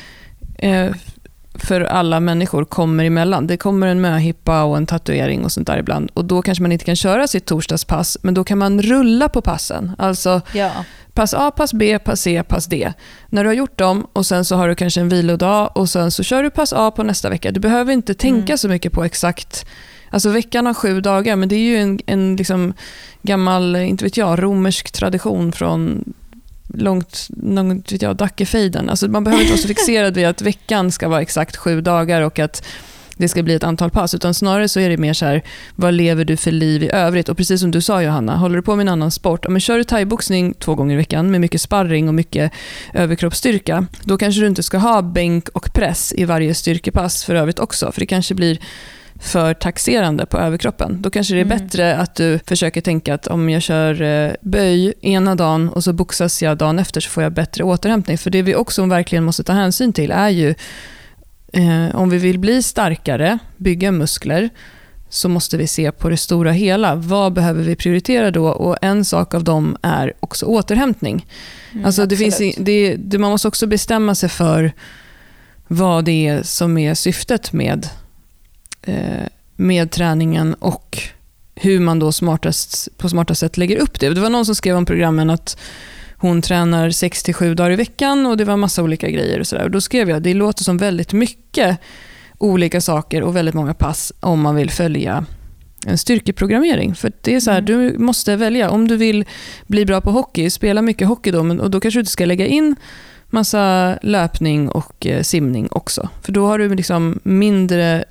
för alla människor kommer emellan. Det kommer en möhippa och en tatuering och sånt där ibland. Och då kanske man inte kan köra sitt torsdagspass, men då kan man rulla på passen. Alltså ja. pass A, pass B, pass C, pass D. När du har gjort dem och sen så har du kanske en vilodag och sen så kör du pass A på nästa vecka. Du behöver inte tänka mm. så mycket på exakt. Alltså veckan har sju dagar, men det är ju en, en liksom gammal, inte vet jag, romersk tradition från långt, långt vet jag, Dackefejden. Alltså man behöver inte vara så fixerad vid att veckan ska vara exakt sju dagar och att det ska bli ett antal pass, utan snarare så är det mer så här, vad lever du för liv i övrigt? Och precis som du sa, Johanna, håller du på med en annan sport, ja, men kör du thaiboxning två gånger i veckan med mycket sparring och mycket överkroppsstyrka, då kanske du inte ska ha bänk och press i varje styrkepass för övrigt också, för det kanske blir för taxerande på överkroppen. Då kanske det är mm. bättre att du försöker tänka att om jag kör eh, böj ena dagen och så boxas jag dagen efter, så får jag bättre återhämtning. För det vi också verkligen måste ta hänsyn till är ju eh, om vi vill bli starkare, bygga muskler, så måste vi se på det stora hela. Vad behöver vi prioritera då? Och en sak av dem är också återhämtning. Mm, alltså det finns, det, det, man måste också bestämma sig för vad det är som är syftet med med träningen och hur man då smartast, på smartast sätt lägger upp det. Det var någon som skrev om programmen att hon tränar sex till sju dagar i veckan och det var massa olika grejer och sådär. Och då skrev jag, det låter som väldigt mycket olika saker och väldigt många pass om man vill följa en styrkeprogrammering. För det är så här, mm. du måste välja. Om du vill bli bra på hockey, spela mycket hockey då, men, och då kanske du inte ska lägga in massa löpning och eh, simning också. För då har du liksom mindre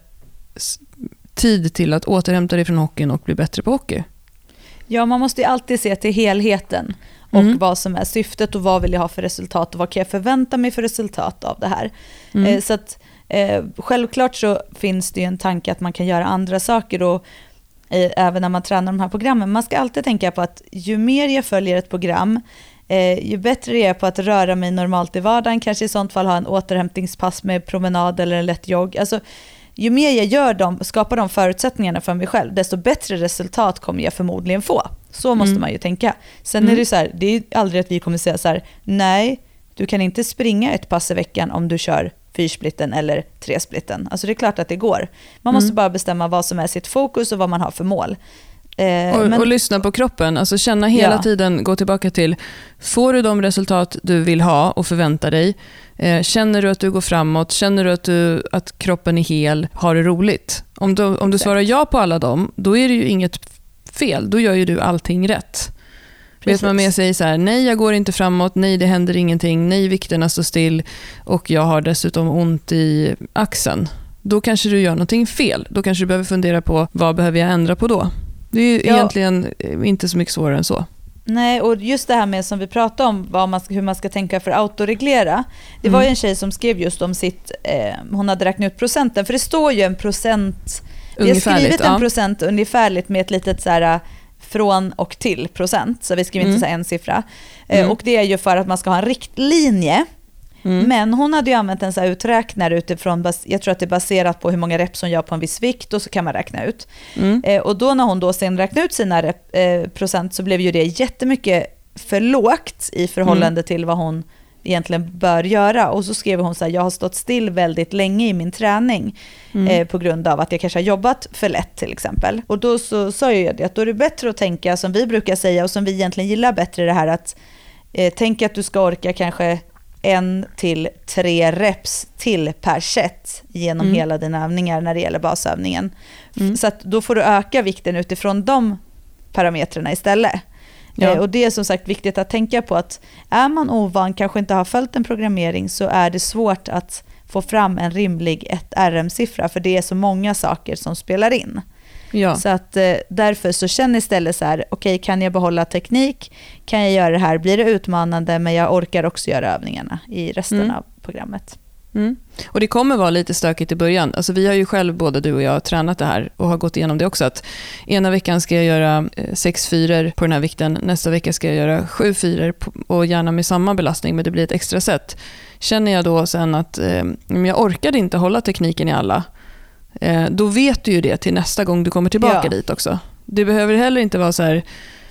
tid till att återhämta dig från hockeyn och bli bättre på hockey. Ja, man måste ju alltid se till helheten och mm. vad som är syftet och vad vill jag ha för resultat och vad kan jag förvänta mig för resultat av det här. Mm. Eh, så att eh, självklart så finns det ju en tanke att man kan göra andra saker och eh, även när man tränar de här programmen. Man ska alltid tänka på att ju mer jag följer ett program, eh, ju bättre jag är på att röra mig normalt i vardagen, kanske i sånt fall ha en återhämtningspass med promenad eller en lätt jogg. Alltså ju mer jag gör dem, skapar de förutsättningarna för mig själv, desto bättre resultat kommer jag förmodligen få. Så måste mm. man ju tänka. Sen mm. är det så här, det är aldrig att vi kommer säga så här, nej, du kan inte springa ett pass i veckan om du kör fyrsplitten eller tresplitten. Alltså det är klart att det går. Man måste mm. bara bestämma vad som är sitt fokus och vad man har för mål. Eh, och, men, och lyssna på kroppen, alltså känna hela ja. tiden, gå tillbaka till, får du de resultat du vill ha och förvänta dig? Eh, känner du att du går framåt? Känner du att, du, att kroppen är hel? Har det roligt? Om du, om du svarar ja på alla dem, då är det ju inget fel. Då gör ju du allting rätt. Precis. Vet man med sig så här, nej jag går inte framåt, nej det händer ingenting, nej vikterna står still och jag har dessutom ont i axeln. Då kanske du gör någonting fel. Då kanske du behöver fundera på, vad behöver jag ändra på då? Det är ja. egentligen inte så mycket svårare än så. Nej, och just det här med som vi pratade om, vad man ska, hur man ska tänka för att autoreglera. Det mm. var ju en tjej som skrev just om sitt, eh, hon hade räknat ut procenten, för det står ju en procent, vi har skrivit en ja. procent ungefärligt med ett litet så här från och till procent, så vi skriver mm. inte så en siffra. Eh, mm. Och det är ju för att man ska ha en riktlinje. Mm. Men hon hade ju använt en så här uträknare utifrån, jag tror att det är baserat på hur många reps hon gör på en viss vikt, och så kan man räkna ut. Mm. Eh, och då när hon då sen räknade ut sina rep, eh, procent, så blev ju det jättemycket för lågt i förhållande mm. till vad hon egentligen bör göra. Och så skrev hon så här, jag har stått still väldigt länge i min träning mm. eh, på grund av att jag kanske har jobbat för lätt till exempel. Och då så sa jag det, att då är det bättre att tänka som vi brukar säga och som vi egentligen gillar bättre, det här att eh, tänka att du ska orka kanske en till tre reps till per set genom mm. hela dina övningar när det gäller basövningen. Mm. Så att då får du öka vikten utifrån de parametrarna istället. Ja. Eh, och det är som sagt viktigt att tänka på att är man ovan, kanske inte har följt en programmering, så är det svårt att få fram en rimlig ett R M-siffra, för det är så många saker som spelar in. Ja. Så att eh, därför så känner istället så här, okej, okay, kan jag behålla teknik? Kan jag göra det här? Blir det utmanande, men jag orkar också göra övningarna i resten mm. av programmet. Mm. Och det kommer vara lite stökigt i början. Alltså vi har ju själv, både du och jag, tränat det här och har gått igenom det också. Att ena veckan ska jag göra eh, sex fyror på den här vikten. Nästa vecka ska jag göra sju fyror och gärna med samma belastning, men det blir ett extra set. Känner jag då sen att eh, jag orkade inte hålla tekniken i alla, eh, då vet du ju det till nästa gång du kommer tillbaka ja. dit också. Det behöver heller inte vara så här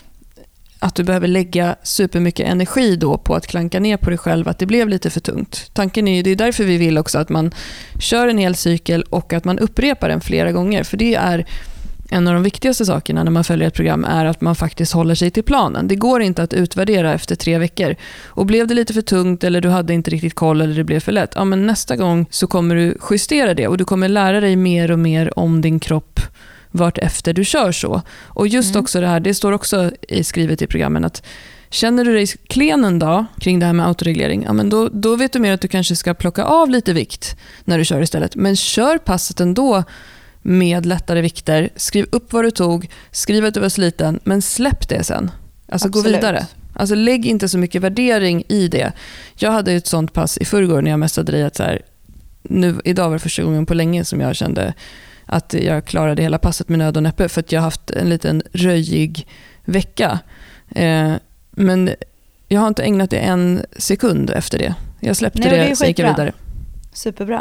att du behöver lägga supermycket energi då på att klanka ner på dig själv, att det blev lite för tungt. Tanken är ju, det är därför vi vill också att man kör en hel cykel och att man upprepar den flera gånger. För det är en av de viktigaste sakerna när man följer ett program, är att man faktiskt håller sig till planen. Det går inte att utvärdera efter tre veckor. Och blev det lite för tungt eller du hade inte riktigt koll eller det blev för lätt, ja, men nästa gång så kommer du justera det och du kommer lära dig mer och mer om din kropp vart efter du kör så. Och just mm. också det här, det står också i skrivet i programmen att Känner du dig klen en dag kring det här med autoreglering, ja, men då, då vet du mer att du kanske ska plocka av lite vikt när du kör istället. Men kör passet ändå med lättare vikter. Skriv upp vad du tog, skriv att du var sliten, men släpp det sen. Alltså Absolut. Gå vidare. Alltså lägg inte så mycket värdering i det. Jag hade ett sånt pass i förrgår när jag messade dig att så här, nu, idag var det första gången på länge som jag kände att jag klarade hela passet med nöd och näppe för att jag har haft en liten röjig vecka. Eh, men jag har inte ägnat det en sekund efter det. Jag släppte Nej, det, det och gick vidare. Superbra.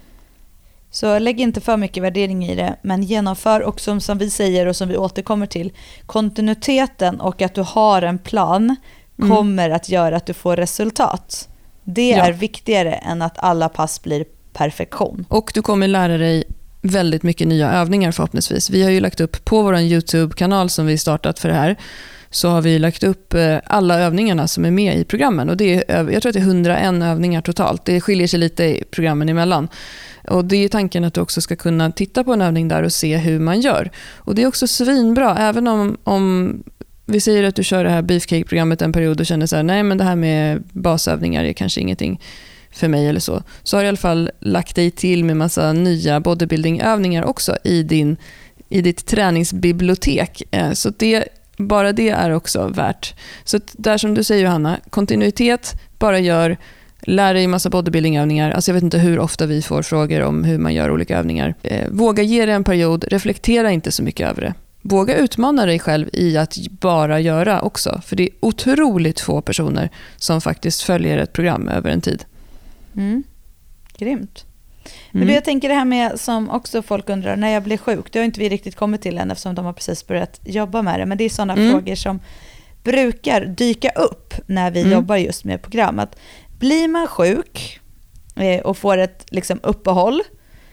Så lägg inte för mycket värdering i det, men genomför också som vi säger och som vi återkommer till. Kontinuiteten och att du har en plan mm. kommer att göra att du får resultat. Det ja. är viktigare än att alla pass blir perfektion. Och du kommer lära dig väldigt mycket nya övningar förhoppningsvis. Vi har ju lagt upp på vår YouTube-kanal som vi startat för det här, så har vi lagt upp alla övningarna som är med i programmen. Och det är, jag tror att det är hundraen övningar totalt. Det skiljer sig lite i programmen emellan. Och det är tanken att du också ska kunna titta på en övning där och se hur man gör. Och det är också svinbra, även om, om vi säger att du kör det här beefcake-programmet en period och känner så här, nej men det här med basövningar är kanske ingenting för mig eller så. Så har jag i alla fall lagt dig till med massa nya bodybuilding-övningar också i, din, i ditt träningsbibliotek. Så det, bara det är också värt. Så där som du säger Johanna, kontinuitet, bara gör, lär dig massa bodybuilding-övningar. Alltså jag vet inte hur ofta vi får frågor om hur man gör olika övningar. Våga ge det en period, reflektera inte så mycket över det. Våga utmana dig själv i att bara göra också. För det är otroligt få personer som faktiskt följer ett program över en tid. Mm. Grymt. Men mm. jag tänker det här med som också folk undrar, när jag blir sjuk, det har inte vi riktigt kommit till än eftersom de har precis börjat jobba med det, men det är sådana mm. frågor som brukar dyka upp när vi mm. jobbar just med programmet. Blir man sjuk eh, och får ett liksom, uppehåll,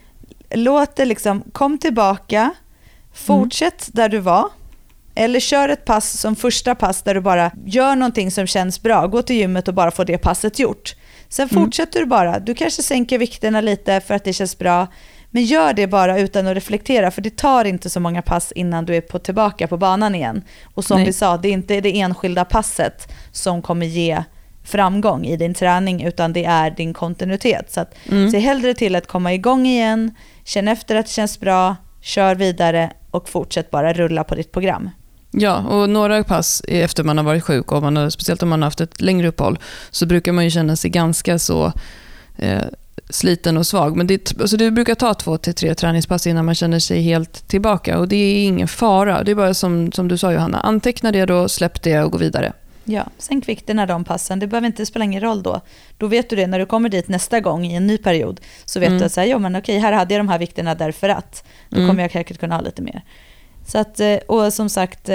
låt det liksom, kom tillbaka, fortsätt mm. där du var, eller kör ett pass som första pass där du bara gör någonting som känns bra, gå till gymmet och bara få det passet gjort. Sen fortsätter mm. du bara. Du kanske sänker vikterna lite för att det känns bra. Men gör det bara utan att reflektera. För det tar inte så många pass innan du är på, tillbaka på banan igen. Och som Nej. vi sa, det är inte det enskilda passet som kommer ge framgång i din träning. Utan det är din kontinuitet. Så att, mm. se hellre till att komma igång igen. Känn efter att det känns bra. Kör vidare och fortsätt bara rulla på ditt program. Ja, och några pass efter man har varit sjuk och man har, speciellt om man har haft ett längre uppehåll, så brukar man ju känna sig ganska så eh, sliten och svag. Men det, alltså det brukar ta två till tre träningspass innan man känner sig helt tillbaka, och det är ingen fara. Det är bara som, som du sa Johanna, anteckna det då, släpp det och gå vidare. Ja, sänk vikterna de passen. Det behöver inte spela ingen roll då. Då vet du det när du kommer dit nästa gång i en ny period. Så vet mm. du att säga, ja men okej, här hade jag de här vikterna därför att. Då mm. kommer jag säkert kunna ha lite mer. Så att, och som sagt,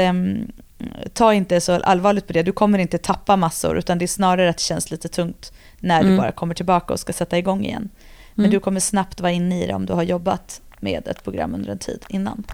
ta inte så allvarligt på det. Du kommer inte tappa massor, utan det är snarare att det känns lite tungt när mm. du bara kommer tillbaka och ska sätta igång igen. Men mm. du kommer snabbt vara inne i det om du har jobbat med ett program under en tid innan.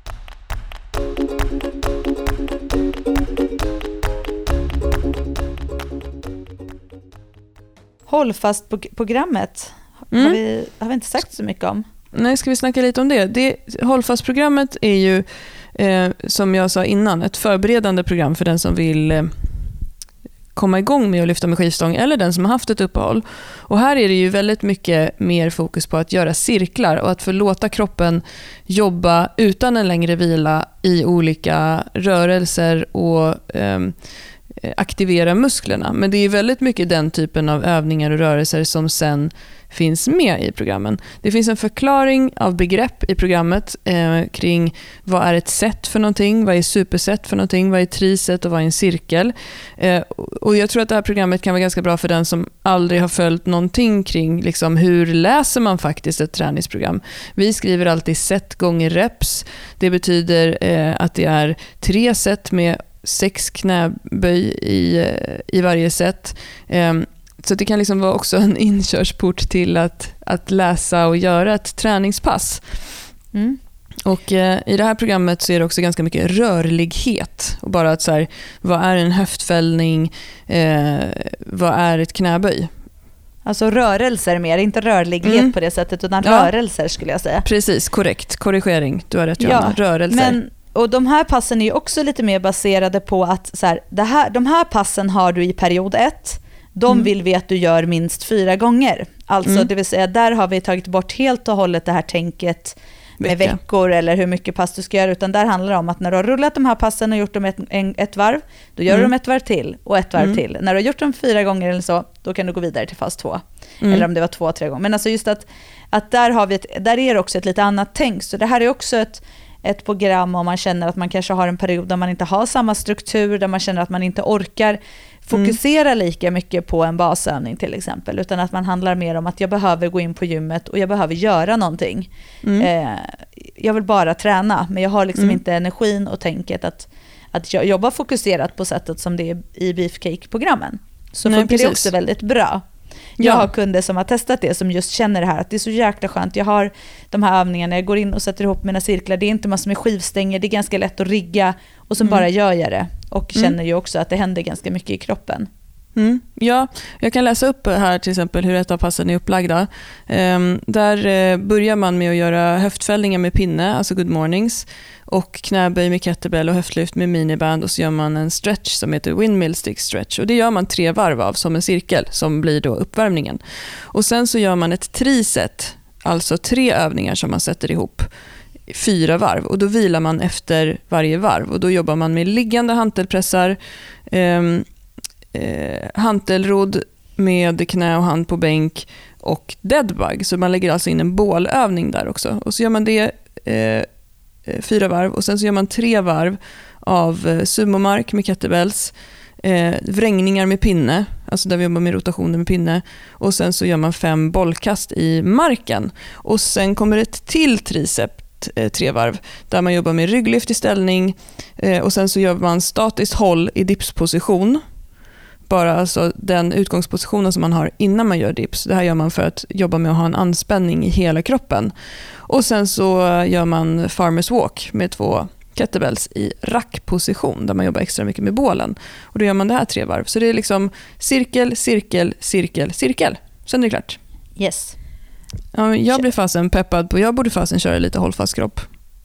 Håll fast på programmet. Mm. Har, vi, har vi inte sagt så mycket om? Nej, ska vi snacka lite om det? det Hållfast-programmet är ju, eh, som jag sa innan, ett förberedande program för den som vill eh, komma igång med att lyfta med skivstång eller den som har haft ett uppehåll. Och här är det ju väldigt mycket mer fokus på att göra cirklar och att få låta kroppen jobba utan en längre vila i olika rörelser och eh, aktivera musklerna. Men det är väldigt mycket den typen av övningar och rörelser som sen finns med i programmen. Det finns en förklaring av begrepp i programmet eh, kring vad är ett set för någonting, vad är superset för någonting, vad är triset och vad är en cirkel. Eh, och jag tror att det här programmet kan vara ganska bra för den som aldrig har följt någonting kring liksom, hur läser man faktiskt ett träningsprogram. Vi skriver alltid set gånger reps. Det betyder eh, att det är tre set med sex knäböj i, i varje set. Eh, Så det kan liksom vara också en inkörsport till att, att läsa och göra ett träningspass. Mm. Och eh, i det här programmet så är det också ganska mycket rörlighet. Och bara att så här, vad är en höftfällning? Eh, vad är ett knäböj? Alltså rörelser mer, inte rörlighet mm. på det sättet, utan ja. rörelser skulle jag säga. Precis, korrekt. Korrigering, du har rätt Johanna. Ja, rörelser. Men och de här passen är ju också lite mer baserade på att så här, det här, de här passen har du i period ett. De mm. vill vi att du gör minst fyra gånger. Alltså mm. det vill säga, där har vi tagit bort helt och hållet det här tänket med Vecka. veckor eller hur mycket pass du ska göra, utan där handlar det om att när du har rullat de här passen och gjort dem ett, en, ett varv, då gör mm. du dem ett varv till och ett varv mm. till. När du har gjort dem fyra gånger eller så, då kan du gå vidare till fas två. Mm. Eller om det var två, tre gånger. Men alltså just att, att där, har vi ett, där är det också ett lite annat tänk. Så det här är också ett, ett program om man känner att man kanske har en period där man inte har samma struktur, där man känner att man inte orkar fokusera mm. lika mycket på en basövning till exempel, utan att man handlar mer om att jag behöver gå in på gymmet och jag behöver göra någonting. Mm. Eh, jag vill bara träna, men jag har liksom mm. inte energin och tänket att, att jobba fokuserat på sättet som det är i Beefcake-programmen. Så Nej, funkar precis. det också väldigt bra. Jag ja. har kunder som har testat det, som just känner det här att det är så jäkla skönt. Jag har de här övningarna, jag går in och sätter ihop mina cirklar. Det är inte massor med skivstänger, det är ganska lätt att rigga och så mm. bara gör jag det. Och mm. känner ju också att det händer ganska mycket i kroppen. Mm. Ja, jag kan läsa upp här till exempel hur ett av passen är upplagda. Um, där uh, börjar man med att göra höftfällningar med pinne, alltså good mornings, och knäböj med kettlebell och höftlyft med miniband, och så gör man en stretch som heter windmill stick stretch, och det gör man tre varv av som en cirkel som blir då uppvärmningen. Och sen så gör man ett triset, alltså tre övningar som man sätter ihop fyra varv, och då vilar man efter varje varv, och då jobbar man med liggande hantelpressar, um, Eh, hantelrodd med knä och hand på bänk och deadbug. Så man lägger alltså in en bålövning där också. Och så gör man det eh, fyra varv, och sen så gör man tre varv av eh, sumomark med kettlebells, eh, vrängningar med pinne, alltså där vi jobbar med rotationer med pinne, och sen så gör man fem bollkast i marken. Och sen kommer ett till tricep, eh, tre varv, där man jobbar med rygglyft i ställning, eh, och sen så gör man statiskt håll i dipsposition. Bara alltså den utgångspositionen som man har innan man gör dips. Det här gör man för att jobba med att ha en anspänning i hela kroppen. Och sen så gör man farmers walk med två kettlebells i rackposition, där man jobbar extra mycket med bålen. Och då gör man det här tre varv. Så det är liksom cirkel, cirkel, cirkel, cirkel. Sen är det klart. Yes. Ja, jag blir fasen peppad på, jag borde fasen köra lite hållfast kropp.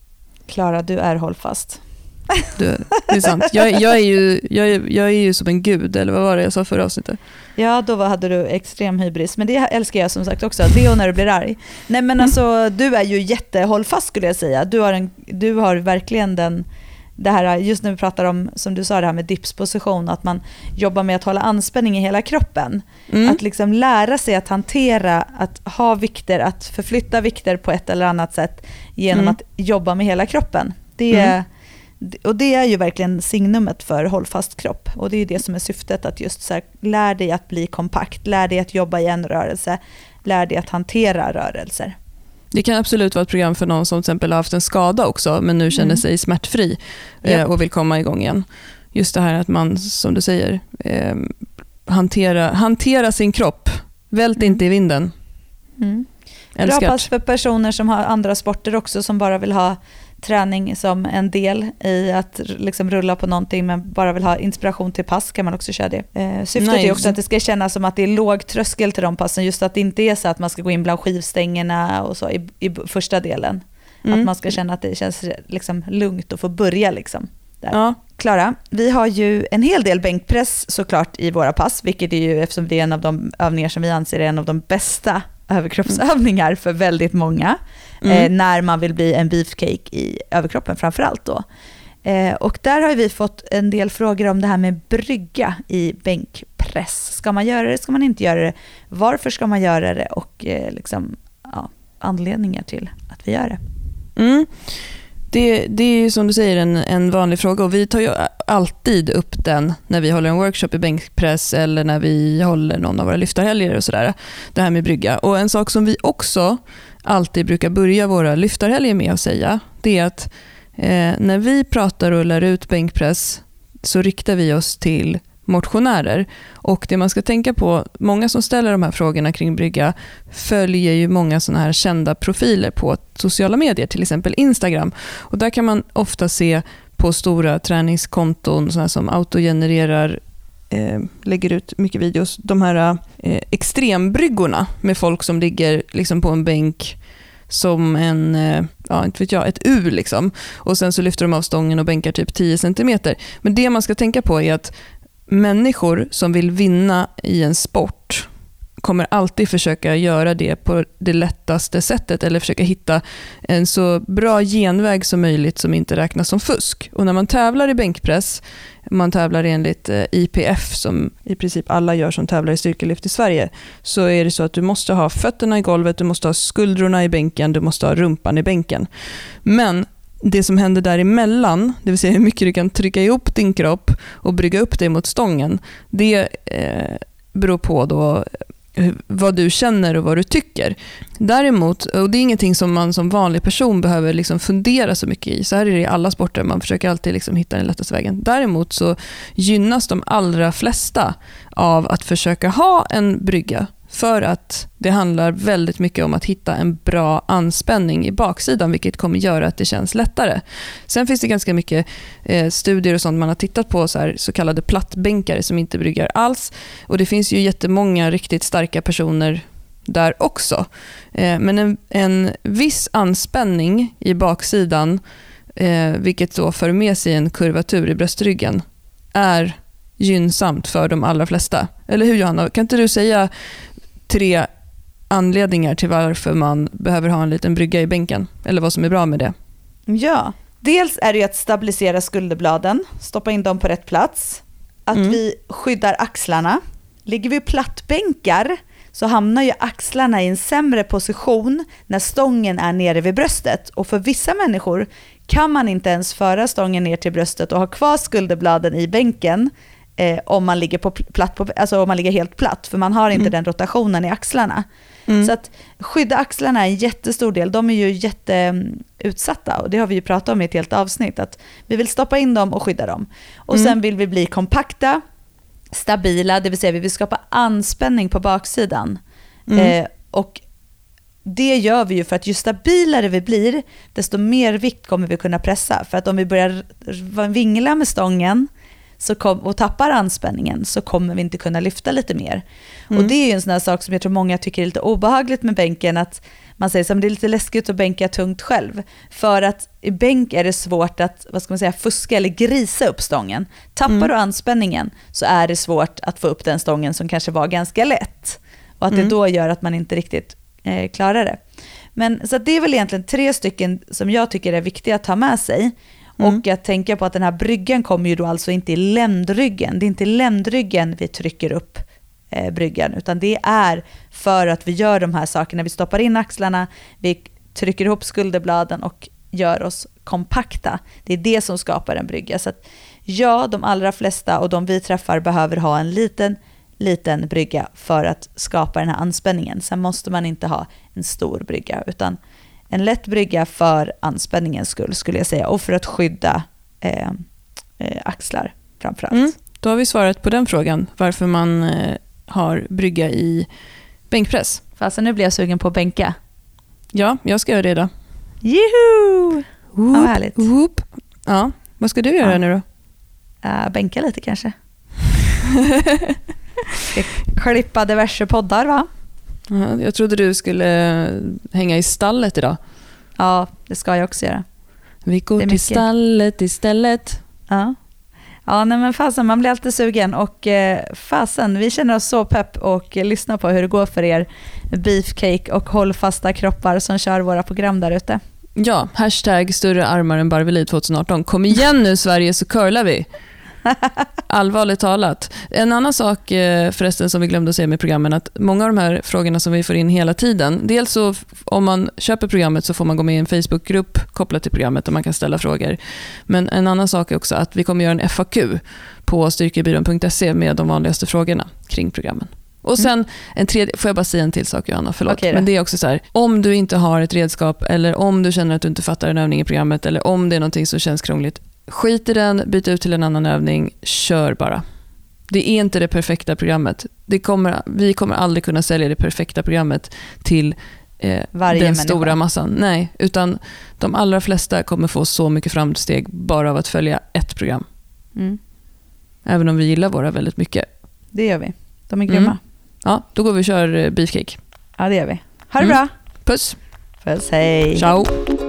Klara, du är hållfast. Du, det är sant. Jag, jag, är ju, jag, är, jag är ju som en gud, eller vad var det jag sa förra avsnittet? Ja, då hade du extrem hybris. Men det älskar jag som sagt också. Det och när du blir arg. Nej, men mm. alltså, du är ju jättehållfast skulle jag säga. Du har, en, du har verkligen den, det här, just när vi pratar om, som du sa, det här med dipsposition, att man jobbar med att hålla anspänning i hela kroppen. Mm. Att liksom lära sig att hantera, att ha vikter, att förflytta vikter på ett eller annat sätt genom mm. att jobba med hela kroppen. Det är mm. Och det är ju verkligen signumet för hållfast kropp. Och det är det som är syftet, att just så här, lär dig att bli kompakt, lär dig att jobba i en rörelse, lär dig att hantera rörelser. Det kan absolut vara ett program för någon som till exempel har haft en skada också, men nu känner mm. sig smärtfri eh, yep. och vill komma igång igen. Just det här att man, som du säger, eh, hantera, hantera sin kropp. Vält mm. inte i vinden. Mm. Bra pass för personer som har andra sporter också, som bara vill ha träning som en del i att liksom rulla på någonting, men bara vill ha inspiration till pass, kan man också köra det. Eh, syftet nice. är också att det ska kännas som att det är låg tröskel till de passen, just att det inte är så att man ska gå in bland skivstängerna och så i, i första delen. Mm. Att man ska känna att det känns liksom lugnt att få börja liksom. Där. Ja. Klara, vi har ju en hel del bänkpress såklart i våra pass, vilket är ju, eftersom det är en av de övningar som vi anser är en av de bästa överkroppsövningar för väldigt många. Mm. Eh, när man vill bli en beefcake i överkroppen framförallt då. Eh, och där har vi fått en del frågor om det här med brygga i bänkpress. Ska man göra det? Ska man inte göra det? Varför ska man göra det? Och eh, liksom, ja, anledningar till att vi gör det. Mm. Det, det är ju som du säger en, en vanlig fråga, och vi tar ju alltid upp den när vi håller en workshop i bänkpress eller när vi håller någon av våra lyftarhelger och sådär. Det här med brygga. Och en sak som vi också alltid brukar börja våra lyftarhelger med att säga, det är att eh, när vi pratar och lär ut bänkpress så riktar vi oss till motionärer. Och det man ska tänka på, många som ställer de här frågorna kring brygga följer ju många sådana här kända profiler på sociala medier, till exempel Instagram. Och där kan man ofta se på stora träningskonton sådana som autogenererar, eh, lägger ut mycket videos, de här eh, extrembryggorna med folk som ligger liksom på en bänk som en, ja, inte vet jag, ett U liksom. Och sen så lyfter de av stången och bänkar typ tio centimeter. Men det man ska tänka på är att människor som vill vinna i en sport kommer alltid försöka göra det på det lättaste sättet eller försöka hitta en så bra genväg som möjligt som inte räknas som fusk. Och när man tävlar i bänkpress, man tävlar enligt I P F som i princip alla gör som tävlar i styrkelyft i Sverige, så är det så att du måste ha fötterna i golvet, du måste ha skuldrorna i bänken, du måste ha rumpan i bänken. Men det som händer däremellan, det vill säga hur mycket du kan trycka ihop din kropp och brygga upp dig mot stången, det eh, beror på då vad du känner och vad du tycker. Däremot, och det är ingenting som man som vanlig person behöver liksom fundera så mycket i. Så här är det i alla sporter, man försöker alltid liksom hitta den lättaste vägen. Däremot så gynnas de allra flesta av att försöka ha en brygga, för att det handlar väldigt mycket om att hitta en bra anspänning i baksidan, vilket kommer göra att det känns lättare. Sen finns det ganska mycket eh, studier och sånt man har tittat på, så, här, så kallade plattbänkare som inte bryggar alls. Och det finns ju jättemånga riktigt starka personer där också. Eh, men en, en viss anspänning i baksidan, eh, vilket då för med sig en kurvatur i bröstryggen, är gynnsamt för de allra flesta. Eller hur, Johanna? Kan inte du säga tre anledningar till varför man behöver ha en liten brygga i bänken, eller vad som är bra med det? Ja, dels är det ju att stabilisera skulderbladen, stoppa in dem på rätt plats, att mm. vi skyddar axlarna. Ligger vi plattbänkar så hamnar ju axlarna i en sämre position när stången är nere vid bröstet, och för vissa människor kan man inte ens föra stången ner till bröstet och ha kvar skulderbladen i bänken Eh, om man ligger på platt på, alltså om man ligger helt platt, för man har inte mm. den rotationen i axlarna. Mm. Så att skydda axlarna är en jättestor del. De är ju jätteutsatta, och det har vi ju pratat om i ett helt avsnitt, att vi vill stoppa in dem och skydda dem. Och mm. sen vill vi bli kompakta, stabila, det vill säga vi vill skapa anspänning på baksidan. Mm. Eh, och det gör vi ju för att ju stabilare vi blir, desto mer vikt kommer vi kunna pressa. För att om vi börjar vingla med stången så kom, och tappar anspänningen, så kommer vi inte kunna lyfta lite mer. Mm. Och det är ju en sån här sak som jag tror många tycker är lite obehagligt med bänken, att man säger som det är lite läskigt att bänka tungt själv. För att i bänk är det svårt att, vad ska man säga, fuska eller grisa upp stången. Tappar mm. du anspänningen så är det svårt att få upp den stången som kanske var ganska lätt. Och att mm. det då gör att man inte riktigt eh, klarar det. Men så att det är väl egentligen tre stycken som jag tycker är viktiga att ta med sig. Mm. Och att tänka på att den här bryggan kommer ju då alltså inte i ländryggen. Det är inte i ländryggen vi trycker upp eh, bryggan, utan det är för att vi gör de här sakerna. Vi stoppar in axlarna, vi trycker ihop skulderbladen och gör oss kompakta. Det är det som skapar en brygga. Så att ja, de allra flesta och de vi träffar behöver ha en liten, liten brygga för att skapa den här anspänningen. Sen måste man inte ha en stor brygga, utan en lätt brygga för anspänningens skull, skulle jag säga, och för att skydda eh, eh, axlar framförallt. Mm. Då har vi svarat på den frågan, varför man eh, har brygga i bänkpress. Fast nu blir jag sugen på att bänka. Ja, jag ska göra det då. Juhu! Whoop, ja, härligt. Whoop. Ja, vad ska du göra ja. nu då? Uh, bänka lite kanske. Ska klippa diverse poddar, va? Ja, jag trodde du skulle hänga i stallet idag. Ja, det ska jag också göra. Vi går till stallet istället. Ja, ja nej men fasen, man blir alltid sugen. Och eh, fasen, vi känner oss så pepp och eh, lyssnar på hur det går för er beefcake och hållfasta kroppar som kör våra program där ute. Ja, hashtag större armar än Barvelid tjugo arton. Kom igen nu Sverige, så curlar vi. Allvarligt talat. En annan sak förresten som vi glömde att säga med programmen, att många av de här frågorna som vi får in hela tiden, dels så om man köper programmet så får man gå med i en Facebookgrupp kopplat till programmet där man kan ställa frågor. Men en annan sak är också att vi kommer göra en F A Q på styrkebyrån punkt se med de vanligaste frågorna kring programmen. Och sen mm. en tredje, får jag bara säga en till sak, Johanna, förlåt. Okay, men det är också så här, om du inte har ett redskap eller om du känner att du inte fattar en övning i programmet eller om det är någonting som känns krångligt, skit i den, byt ut till en annan övning, kör bara. Det är inte det perfekta programmet. Det kommer, vi kommer aldrig kunna sälja det perfekta programmet till eh, den människa. Stora massan. Nej, utan de allra flesta kommer få så mycket framsteg bara av att följa ett program. Mm. Även om vi gillar våra väldigt mycket. Det gör vi. De är grymma. Mm. Ja, då går vi och kör beefcake. Ja, det gör vi. Ha det mm. bra. Puss. Puss, hej. Ciao.